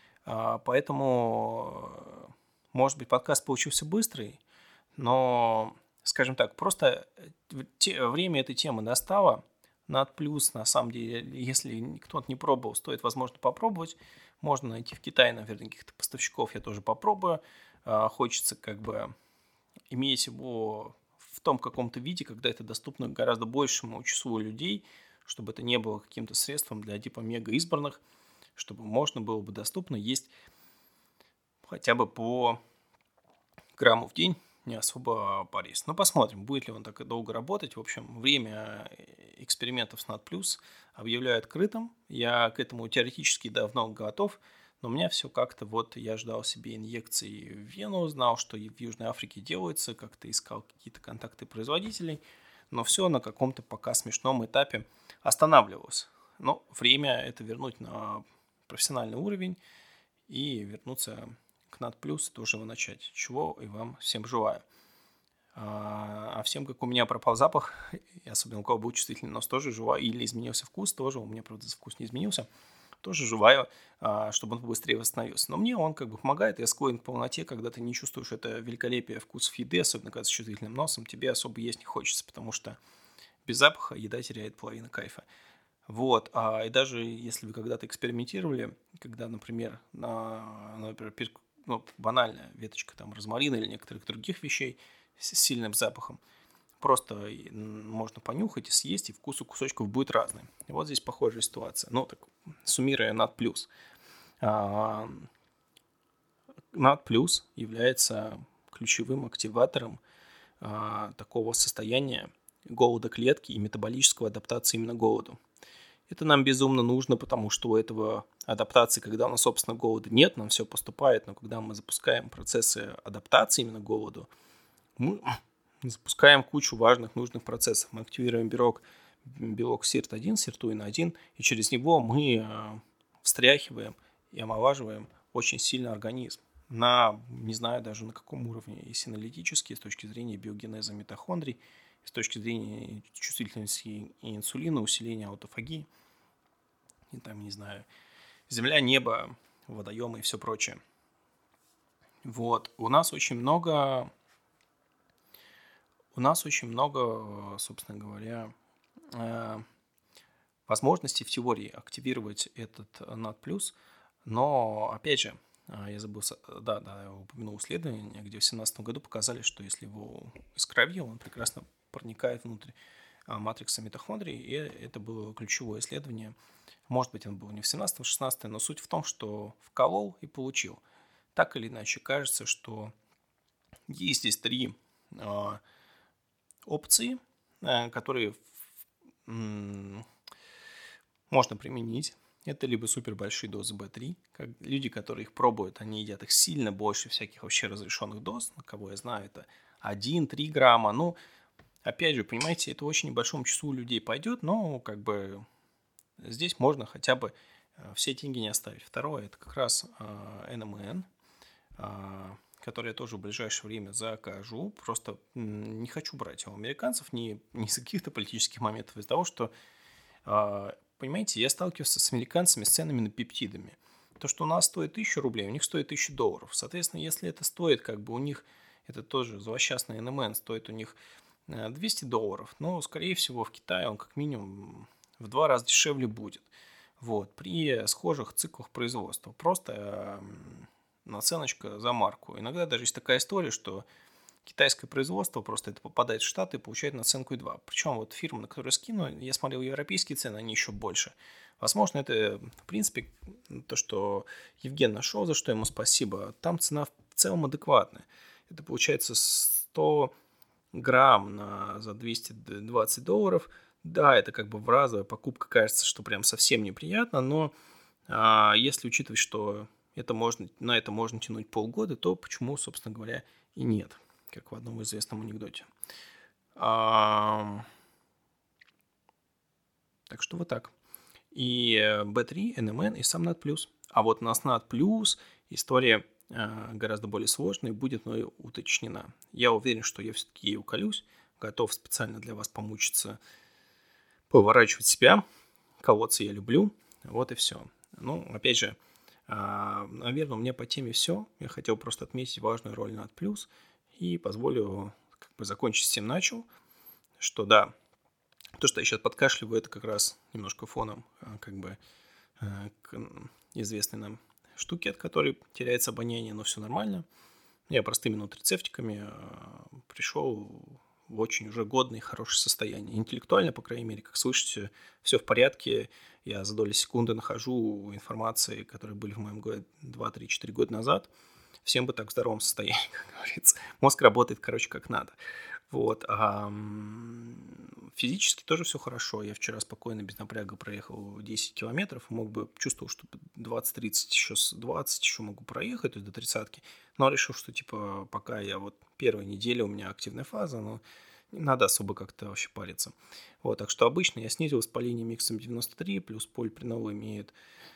Поэтому, может быть, подкаст получился быстрый, но, скажем так, просто время этой темы настало. Над плюс, на самом деле, если кто-то не пробовал, стоит, возможно, попробовать. Можно найти в Китае, наверное, каких-то поставщиков, я тоже попробую. Хочется как бы иметь его в том каком-то виде, когда это доступно гораздо большему числу людей, чтобы это не было каким-то средством для типа мега избранных, чтобы можно было бы доступно есть хотя бы по грамму в день, не особо порез. Но посмотрим, будет ли он так долго работать. В общем, время экспериментов с над плюс объявляю открытым. Я к этому теоретически давно готов, но у меня все как-то вот, я ждал себе инъекции в вену, знал, что и в Южной Африке делается, как-то искал какие-то контакты производителей, но все на каком-то пока смешном этапе останавливалось. Но время это вернуть на профессиональный уровень и вернуться к над плюс, тоже его начать, чего и вам всем желаю. А всем, как у меня пропал запах, и особенно у кого был чувствительный нос, тоже желаю, или изменился вкус, тоже, у меня, правда, вкус не изменился, тоже желаю, чтобы он быстрее восстановился. Но мне он как бы помогает, я склонен к полноте, когда ты не чувствуешь это великолепие вкусов еды, особенно когда с чувствительным носом, тебе особо есть не хочется, потому что без запаха еда теряет половину кайфа. Вот, а, и даже если вы когда-то экспериментировали, когда, например, на, например, ну, банальная веточка там розмарина или некоторых других вещей с сильным запахом, просто можно понюхать и съесть, и вкус у кусочков будет разный. И вот здесь похожая ситуация. Ну, так, суммируя над плюс. А, над плюс является ключевым активатором а, такого состояния голода клетки и метаболической адаптации именно к голоду. Это нам безумно нужно, потому что у этого адаптации, когда у нас, собственно, голода нет, нам все поступает, но когда мы запускаем процессы адаптации именно к голоду, мы запускаем кучу важных, нужных процессов. Мы активируем белок, белок сирт один, сиртуин один, и через него мы встряхиваем и омолаживаем очень сильно организм. На, не знаю даже на каком уровне, и синаlytiически, с точки зрения биогенеза митохондрий, с точки зрения чувствительности инсулина, усиления аутофагии, и там, не знаю, земля, небо, водоемы и все прочее. Вот, у нас очень много, у нас очень много, собственно говоря, возможностей в теории активировать этот над плюс, но, опять же, я забыл, да, да, я упомянул исследование, где в две тысячи семнадцатом году показали, что если его из крови, он прекрасно проникает внутрь матрикса митохондрий, и это было ключевое исследование Может быть, он был не в семнадцатом, шестнадцатом, но суть в том, что вколол и получил. Так или иначе, кажется, что есть здесь три э, опции, э, которые м, можно применить. Это либо супер большие дозы бэ три. Как люди, которые их пробуют, они едят их сильно больше всяких вообще разрешенных доз. На кого я знаю, это один-три грамма. Ну, опять же, понимаете, это очень небольшому числу людей пойдет, но как бы здесь можно хотя бы э, все деньги не оставить. Второе, это как раз э, эн эм эн, э, который я тоже в ближайшее время закажу. Просто м, не хочу брать у американцев не, не из каких-то политических моментов, а из-за того, что а, понимаете, я сталкивался с американцами с ценами на пептидами. То, что у нас стоит тысячу рублей, у них стоит тысячу долларов. Соответственно, если это стоит, как бы у них, это тоже злосчастный эн эм эн, стоит у них э, двести долларов, но, скорее всего, в Китае он как минимум в два раза дешевле будет. Вот, при схожих циклах производства. Просто э, наценочка за марку. Иногда даже есть такая история, что китайское производство, просто это попадает в Штаты и получает наценку и два. Причем вот фирма, на которую я скину, я смотрел европейские цены, они еще больше. Возможно, это, в принципе, то, что Евген нашел, за что ему спасибо. Там цена в целом адекватная. Это получается сто грамм на, за двести двадцать долларов. Да, это как бы в разовая покупка, кажется, что прям совсем неприятно, но а, если учитывать, что это можно, на это можно тянуть полгода, то почему, собственно говоря, и нет, как в одном известном анекдоте. А, так что вот так. И бэ три, эн эм эн и сам нат плюс. А вот на нат плюс история э, гораздо более сложная и будет мною уточнена. Я уверен, что я все-таки ей уколюсь. Готов специально для вас помучиться, поворачивать себя. Колоться я люблю. Вот и все. Ну, опять же, э, наверное, у меня по теме все. Я хотел просто отметить важную роль нат плюс. И позволю как бы закончить с тем начал, что да, то, что я сейчас подкашливаю, это как раз немножко фоном как бы к известной нам штуке, от которой теряется обоняние, но все нормально. Я простыми нутрицептиками пришел в очень уже годное и хорошее состояние. Интеллектуально, по крайней мере, как слышите, все в порядке. Я за доли секунды нахожу информации, которые были в моем два-три-четыре года назад. Всем бы так в здоровом состоянии, как говорится. Мозг работает, короче, как надо. Вот. А физически тоже все хорошо. Я вчера спокойно, без напряга проехал десять километров. Мог бы, чувствовал, что двадцать-тридцать, еще двадцать еще могу проехать, то есть до тридцатки. Но решил, что, типа, пока я вот первая неделя, у меня активная фаза, но не надо особо как-то вообще париться. Вот, так что обычно я снизил воспаление миксом девяносто три, плюс полипринол имеет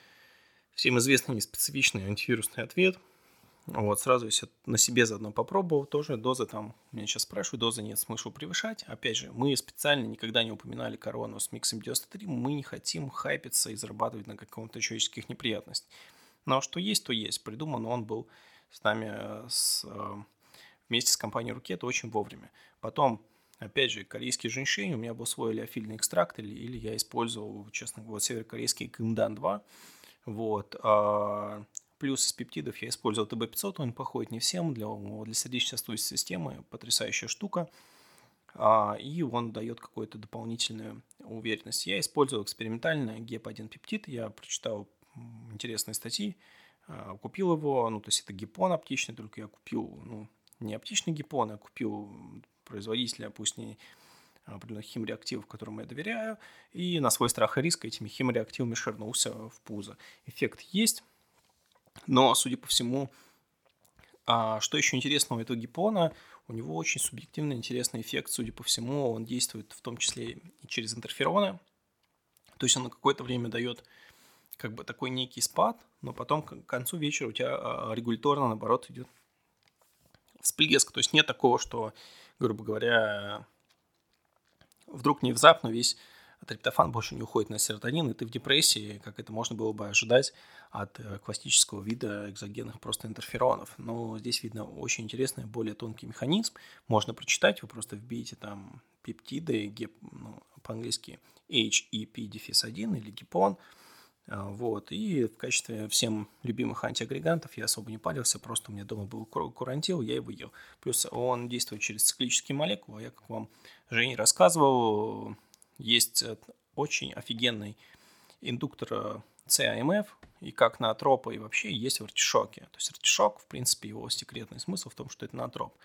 всем известный неспецифичный антивирусный ответ. Вот, сразу если на себе заодно попробовал, тоже дозы там, меня сейчас спрашивают, дозы нет смысла превышать. Опять же, мы специально никогда не упоминали корону с миксом девяносто три, мы не хотим хайпиться и зарабатывать на каком-то человеческих неприятностях. Но что есть, то есть. Придуман он был с нами, с, вместе с компанией Рукет очень вовремя. Потом, опять же, корейский женьшень, у меня был свой олеофильный экстракт, или, или я использовал, честно говоря, северокорейский Кымдан два. Вот. Плюс из пептидов я использовал тэ бэ пятьсот, он подходит не всем, для, для сердечно-сосудистой системы потрясающая штука, а, и он дает какую-то дополнительную уверенность. Я использовал экспериментально геп один пептид, я прочитал интересные статьи, а, купил его, ну то есть это гипон оптичный, только я купил, ну не оптичный гипон, а купил производителя, пусть не определенных химреактивов, которым я доверяю, и на свой страх и риск этими химреактивами шарнулся в пузо. Эффект есть. Но, судя по всему, что еще интересного у этого гипона, у него очень субъективный интересный эффект, судя по всему, он действует в том числе и через интерфероны, то есть он на какое-то время дает как бы такой некий спад, но потом к концу вечера у тебя регуляторно, наоборот, идет всплеск, то есть нет такого, что, грубо говоря, вдруг не внезапно весь триптофан больше не уходит на серотонин, и ты в депрессии, как это можно было бы ожидать от классического вида экзогенных просто интерферонов. Но здесь видно очень интересный, более тонкий механизм. Можно прочитать, вы просто вбейте там пептиды, геп, ну, по-английски эйч и пи один или гипон. Вот. И в качестве всем любимых антиагрегантов я особо не парился, просто у меня дома был курантил, я его ел. Плюс он действует через циклические молекулы. Я, как вам, Женя, рассказывал, есть очень офигенный индуктора си эй эм эф, и как ноотропы, и вообще есть в артишоке. То есть артишок, в принципе, его секретный смысл в том, что это ноотроп.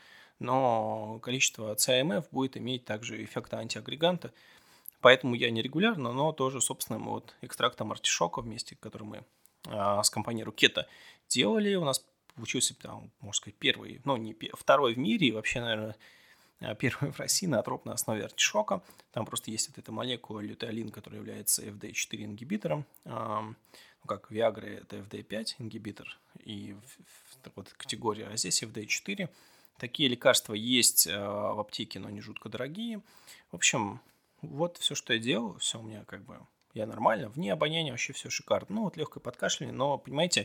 Но количество си эй эм эф будет иметь также эффект антиагреганта, поэтому я не регулярно, но тоже собственным вот экстрактом артишока вместе, который мы а, с компанией Рукета делали. У нас получился, там, можно сказать, первый, ну, не первый, второй в мире, и вообще, наверное, первый в России ноотроп на основе артишока. Там просто есть вот эта молекула лютеолин, которая является эф ди четыре ингибитором. Ну, как Viagra это эф ди пять ингибитор, и в, в, вот категория, а здесь эф ди четыре. Такие лекарства есть в аптеке, но они жутко дорогие. В общем, вот все, что я делаю, все у меня как бы, я нормально, вне обоняния вообще все шикарно. Ну, вот легкое подкашливание, но, понимаете,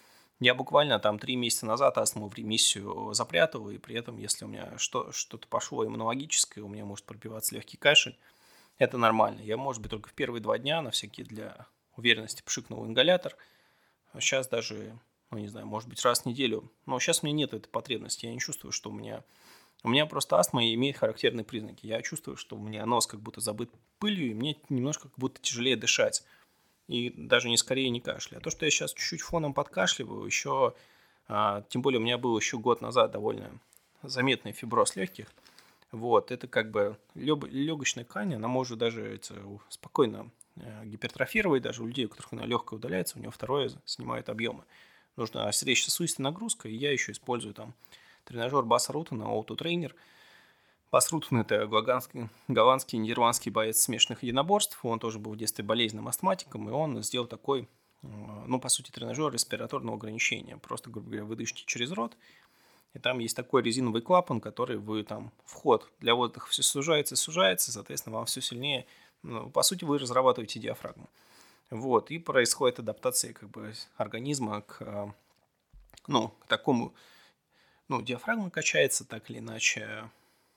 я буквально там три месяца назад астму в ремиссию запрятал, и при этом, если у меня что, что-то пошло иммунологическое, у меня может пробиваться легкий кашель, это нормально. Я, может быть, только в первые два дня на всякие для уверенности пшикнул ингалятор. А сейчас даже, ну, не знаю, может быть, раз в неделю. Но сейчас у меня нет этой потребности, я не чувствую, что у меня... У меня просто астма имеет характерные признаки. Я чувствую, что у меня нос как будто забыт пылью, и мне немножко как будто тяжелее дышать. И даже не скорее не кашля. А то, что я сейчас чуть-чуть фоном подкашливаю, еще, а, тем более у меня был еще год назад довольно заметный фиброз легких, вот, это как бы лёг, легочная ткань, она может даже это, спокойно э, гипертрофировать, даже у людей, у которых она легкая удаляется, у него второе снимает объемы. Нужна сердечно-сосудистая нагрузка, и я еще использую там тренажер Баса Рутена, Auto-Trainer. Бас Рутен – это голландский, голландский нидерландский боец смешанных единоборств. Он тоже был в детстве болезненным астматиком, и он сделал такой, ну, по сути, тренажер респираторного ограничения. Просто, грубо говоря, вы дышите через рот, и там есть такой резиновый клапан, который вы там, вход для воздуха все сужается и сужается, соответственно, вам все сильнее, ну, по сути, вы разрабатываете диафрагму. Вот, и происходит адаптация как бы организма к, ну, к такому, ну, диафрагма качается так или иначе,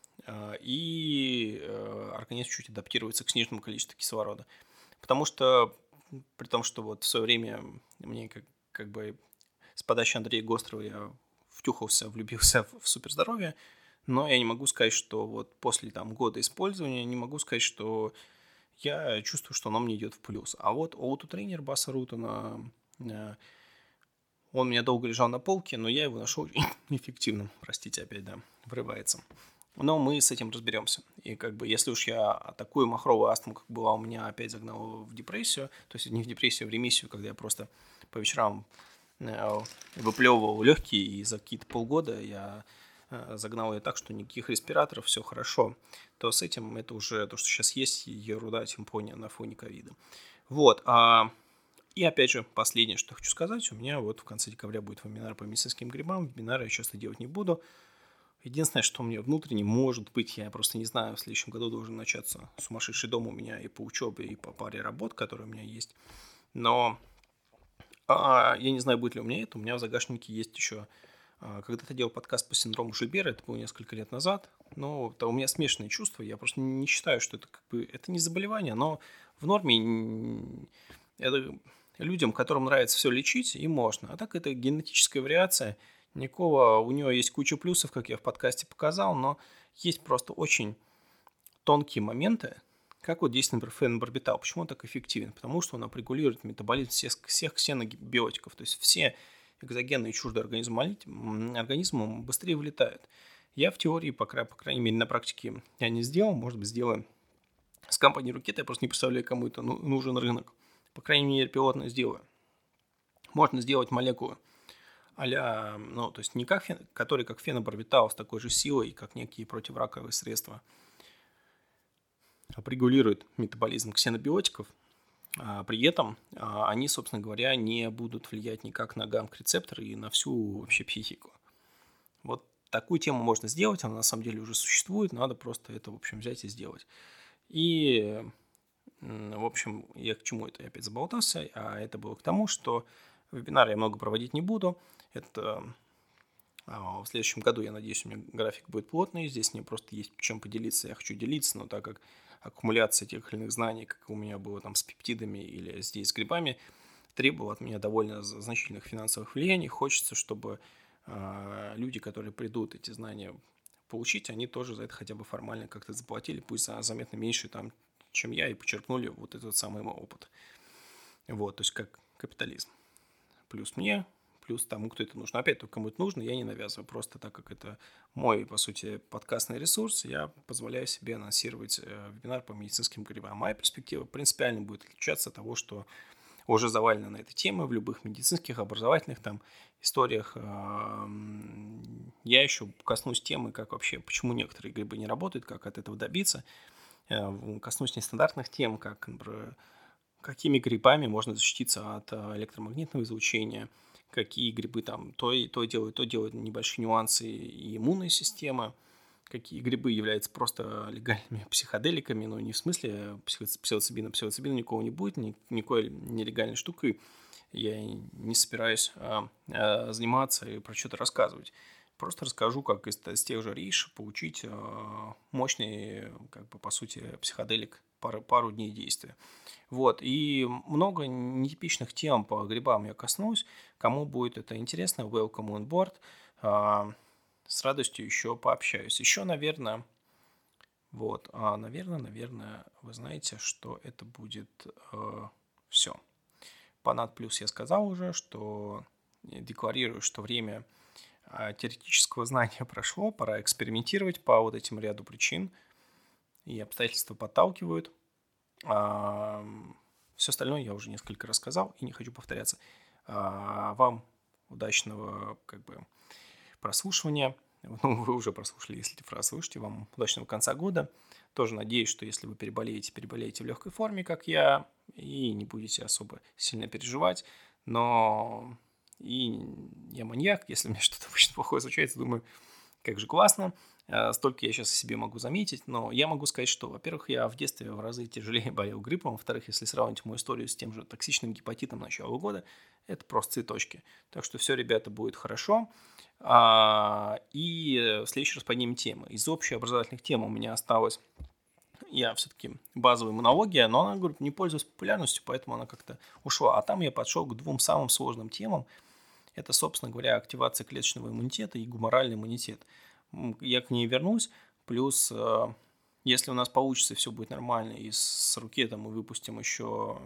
и организм чуть адаптируется к сниженному количеству кислорода. Потому что, при том, что вот в свое время мне как, как бы с подачи Андрея Гострова я втюхался, влюбился в, в суперздоровье, но я не могу сказать, что вот после там года использования, не могу сказать, что я чувствую, что оно мне идет в плюс. А вот Auto-Trainer Баса Рутена, он у меня долго лежал на полке, но я его нашел эффективным. Простите, опять, да, врывается. Но мы с этим разберемся. И как бы, если уж я такую махровую астму, как была у меня, опять загнал в депрессию, то есть не в депрессию, а в ремиссию, когда я просто по вечерам выплевывал легкие, и за какие-то полгода я загнал ее так, что никаких респираторов, все хорошо, то с этим это уже то, что сейчас есть, ерунда, симфония на фоне ковида. Вот. И опять же, последнее, что хочу сказать, у меня вот в конце декабря будет вебинар по медицинским грибам. Вебинары я часто делать не буду. Единственное, что у меня внутренне может быть, я просто не знаю, в следующем году должен начаться сумасшедший дом у меня и по учебе, и по паре работ, которые у меня есть. Но а, я не знаю, будет ли у меня это. У меня в загашнике есть еще... А, когда-то делал подкаст по синдрому Жильбера, это было несколько лет назад. Но у меня смешанные чувства. Я просто не считаю, что это как бы... Это не заболевание, но в норме... Это людям, которым нравится все лечить, и можно. А так это генетическая вариация. Никакого, у нее есть куча плюсов, как я в подкасте показал, но есть просто очень тонкие моменты, как вот действует, например, фенобарбитал. Почему он так эффективен? Потому что он отрегулирует метаболизм всех, всех ксенобиотиков, то есть все экзогенные чуждые организму, организму быстрее вылетают. Я в теории, по, по крайней мере, на практике я не сделал, может быть, сделаем с компанией Рукета, я просто не представляю, кому это нужен рынок. По крайней мере, пилотно сделаю. Можно сделать молекулы а-ля, ну, то есть не как фен, который как фенобарбитал с такой же силой, как некие противораковые средства, регулирует метаболизм ксенобиотиков, а при этом а, они, собственно говоря, не будут влиять никак на гамма-рецепторы и на всю вообще психику. Вот такую тему можно сделать, она на самом деле уже существует, надо просто это, в общем, взять и сделать. И, в общем, я к чему это я опять заболтался, а это было к тому, что вебинары я много проводить не буду. Это в следующем году, я надеюсь, у меня график будет плотный. Здесь мне просто есть чем поделиться. Я хочу делиться, но так как аккумуляция тех или иных знаний, как у меня было там с пептидами или здесь с грибами, требовала от меня довольно значительных финансовых влияний. Хочется, чтобы э, люди, которые придут эти знания получить, они тоже за это хотя бы формально как-то заплатили, пусть за заметно меньше, там, чем я, и подчеркнули вот этот самый мой опыт. Вот, то есть как капитализм. Плюс мне, плюс тому, кто это нужно. Опять, то, кому это нужно, я не навязываю. Просто так как это мой, по сути, подкастный ресурс, я позволяю себе анонсировать э, вебинар по медицинским грибам. Моя перспектива принципиально будет отличаться от того, что уже завалено на этой теме в любых медицинских, образовательных там историях. Я еще коснусь темы, как вообще, почему некоторые грибы не работают, как от этого добиться. Коснусь нестандартных тем, как, например, какими грибами можно защититься от электромагнитного излучения, какие грибы там то, то делают, то делают небольшие нюансы и иммунной системы, какие грибы являются просто легальными психоделиками, но не в смысле псилоцибина. Псилоцибина никого не будет, ни, никакой нелегальной штукой я не собираюсь а, а, заниматься и про что-то рассказывать. Просто расскажу, как из, из тех же риш получить а, мощный, как бы, по сути, психоделик пару, пару дней действия. Вот, и много нетипичных тем по грибам я коснусь. Кому будет это интересно, welcome on board. А, с радостью еще пообщаюсь. Еще, наверное, вот, а, наверное, наверное, вы знаете, что это будет э, все. По нат плюс я сказал уже, что декларирую, что время э, теоретического знания прошло, пора экспериментировать по вот этим ряду причин, и обстоятельства подталкивают. А, все остальное я уже несколько рассказал и не хочу повторяться. А, вам удачного, как бы, прослушивания. Ну, вы уже прослушали, если прослушаете. Вам удачного конца года. Тоже надеюсь, что если вы переболеете, переболеете в легкой форме, как я, и не будете особо сильно переживать. Но и я маньяк, если у меня что-то обычно плохое случается, думаю, как же классно. Столько я сейчас о себе могу заметить, но я могу сказать, что, во-первых, я в детстве в разы тяжелее болел гриппом, во-вторых, если сравнить мою историю с тем же токсичным гепатитом начала года, это просто цветочки. Так что все, ребята, будет хорошо. И в следующий раз поднимем темы. Из общеобразовательных тем у меня осталось, я все-таки базовая иммунология, но она, говорю, не пользуется популярностью, поэтому она как-то ушла. А там я подшел к двум самым сложным темам. Это, собственно говоря, активация клеточного иммунитета и гуморальный иммунитет. Я к ней вернусь. Плюс, если у нас получится, все будет нормально, и с Рукета мы выпустим еще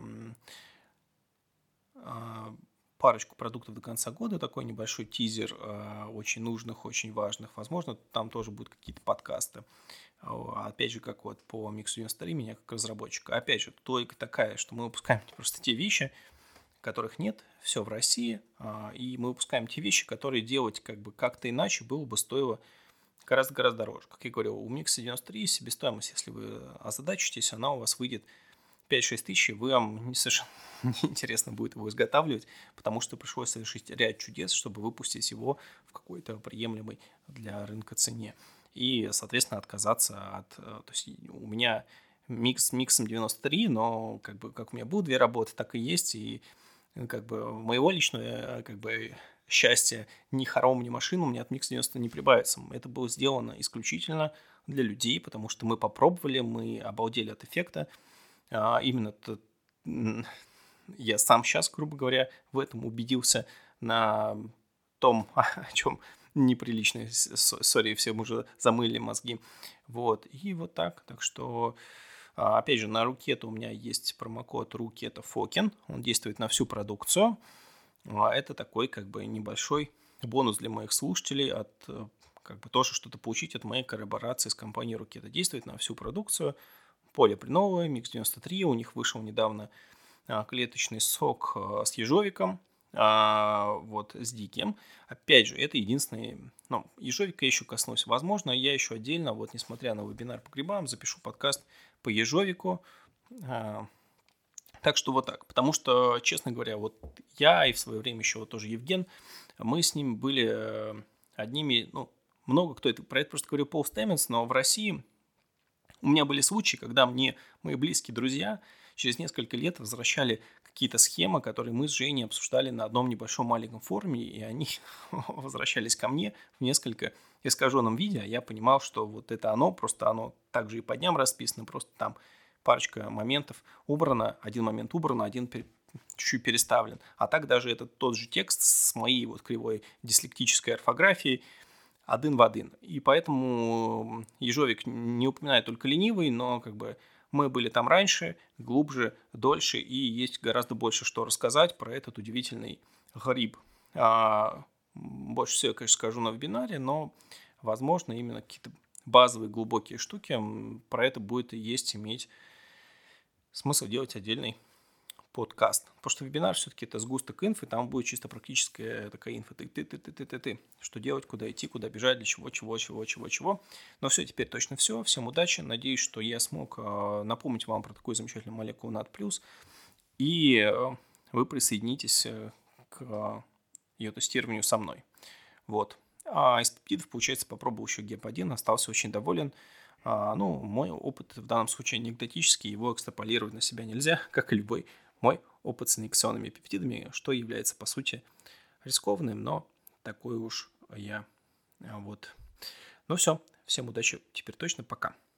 парочку продуктов до конца года, такой небольшой тизер очень нужных, очень важных. Возможно, там тоже будут какие-то подкасты. Опять же, как вот по Микс девяносто три, меня как разработчика. Опять же, только такая, что мы выпускаем просто те вещи, которых нет, все в России, и мы выпускаем те вещи, которые делать как бы как-то иначе было бы стоило гораздо-гораздо дороже. Как я говорил, у Микса девяносто три себестоимость, если вы озадачитесь, она у вас выйдет пять-шесть тысяч, и вам совершенно неинтересно будет его изготавливать, потому что пришлось совершить ряд чудес, чтобы выпустить его в какой-то приемлемой для рынка цене. И, соответственно, отказаться от... То есть у меня микс с Миксом девяносто три, но как бы как у меня было две работы, так и есть, и как бы моего личного как бы счастья ни хором, ни машину мне от Микс девяносто не прибавится. Это было сделано исключительно для людей, потому что мы попробовали, мы обалдели от эффекта. А, именно т- я сам сейчас, грубо говоря, в этом убедился на том, о чем неприлично, сори, всем уже замыли мозги. Вот, и вот так, так что... Опять же, на Рукета у меня есть промокод RUKETAFOKIN, он действует на всю продукцию. Это такой как бы небольшой бонус для моих слушателей от как бы тоже что-то получить от моей коллаборации с компанией Рукета. Действует на всю продукцию. Поле Приновое, Микс девяносто три, у них вышел недавно клеточный сок с ежовиком, вот, с диким. Опять же, это единственный, ну, ежовика я еще коснусь. Возможно, я еще отдельно, вот, несмотря на вебинар по грибам, запишу подкаст по ежовику. Так что вот так. Потому что, честно говоря, вот я и в свое время еще вот тоже Евген, мы с ним были одними, ну, много кто это, про это просто говорил Пол Стэмминс, но в России у меня были случаи, когда мне мои близкие друзья через несколько лет возвращали какие-то схемы, которые мы с Женей обсуждали на одном небольшом маленьком форуме, и они возвращались ко мне в несколько искаженном виде, а я понимал, что вот это оно, просто оно также и по дням расписано, просто там парочка моментов убрано, один момент убрано, один пере... чуть-чуть переставлен. А так даже этот тот же текст с моей вот кривой дислектической орфографией один в один. И поэтому ежовик не упоминает только ленивый, но как бы Мы были там раньше, глубже, дольше, и есть гораздо больше что рассказать про этот удивительный гриб. А, больше всего я, конечно, скажу на вебинаре, но, возможно, именно какие-то базовые глубокие штуки, про это будет и есть иметь смысл делать отдельный подкаст. Потому что вебинар все-таки это сгусток инфы, там будет чисто практическая такая инфа. Ты, ты, ты, ты, ты, ты, ты. Что делать, куда идти, куда бежать, для чего, чего, чего, чего, чего. Но все, теперь точно все. Всем удачи. Надеюсь, что я смог э, напомнить вам про такую замечательную молекулу NAD+, и э, вы присоединитесь э, к э, ее тестированию со мной. Вот. А из пептидов, получается, попробовал еще геп один, остался очень доволен. А, ну, мой опыт в данном случае анекдотический, его экстраполировать на себя нельзя, как и любой мой опыт с инъекционными пептидами, что является, по сути, рискованным, но такой уж я. Вот. Ну все, всем удачи, теперь точно, пока.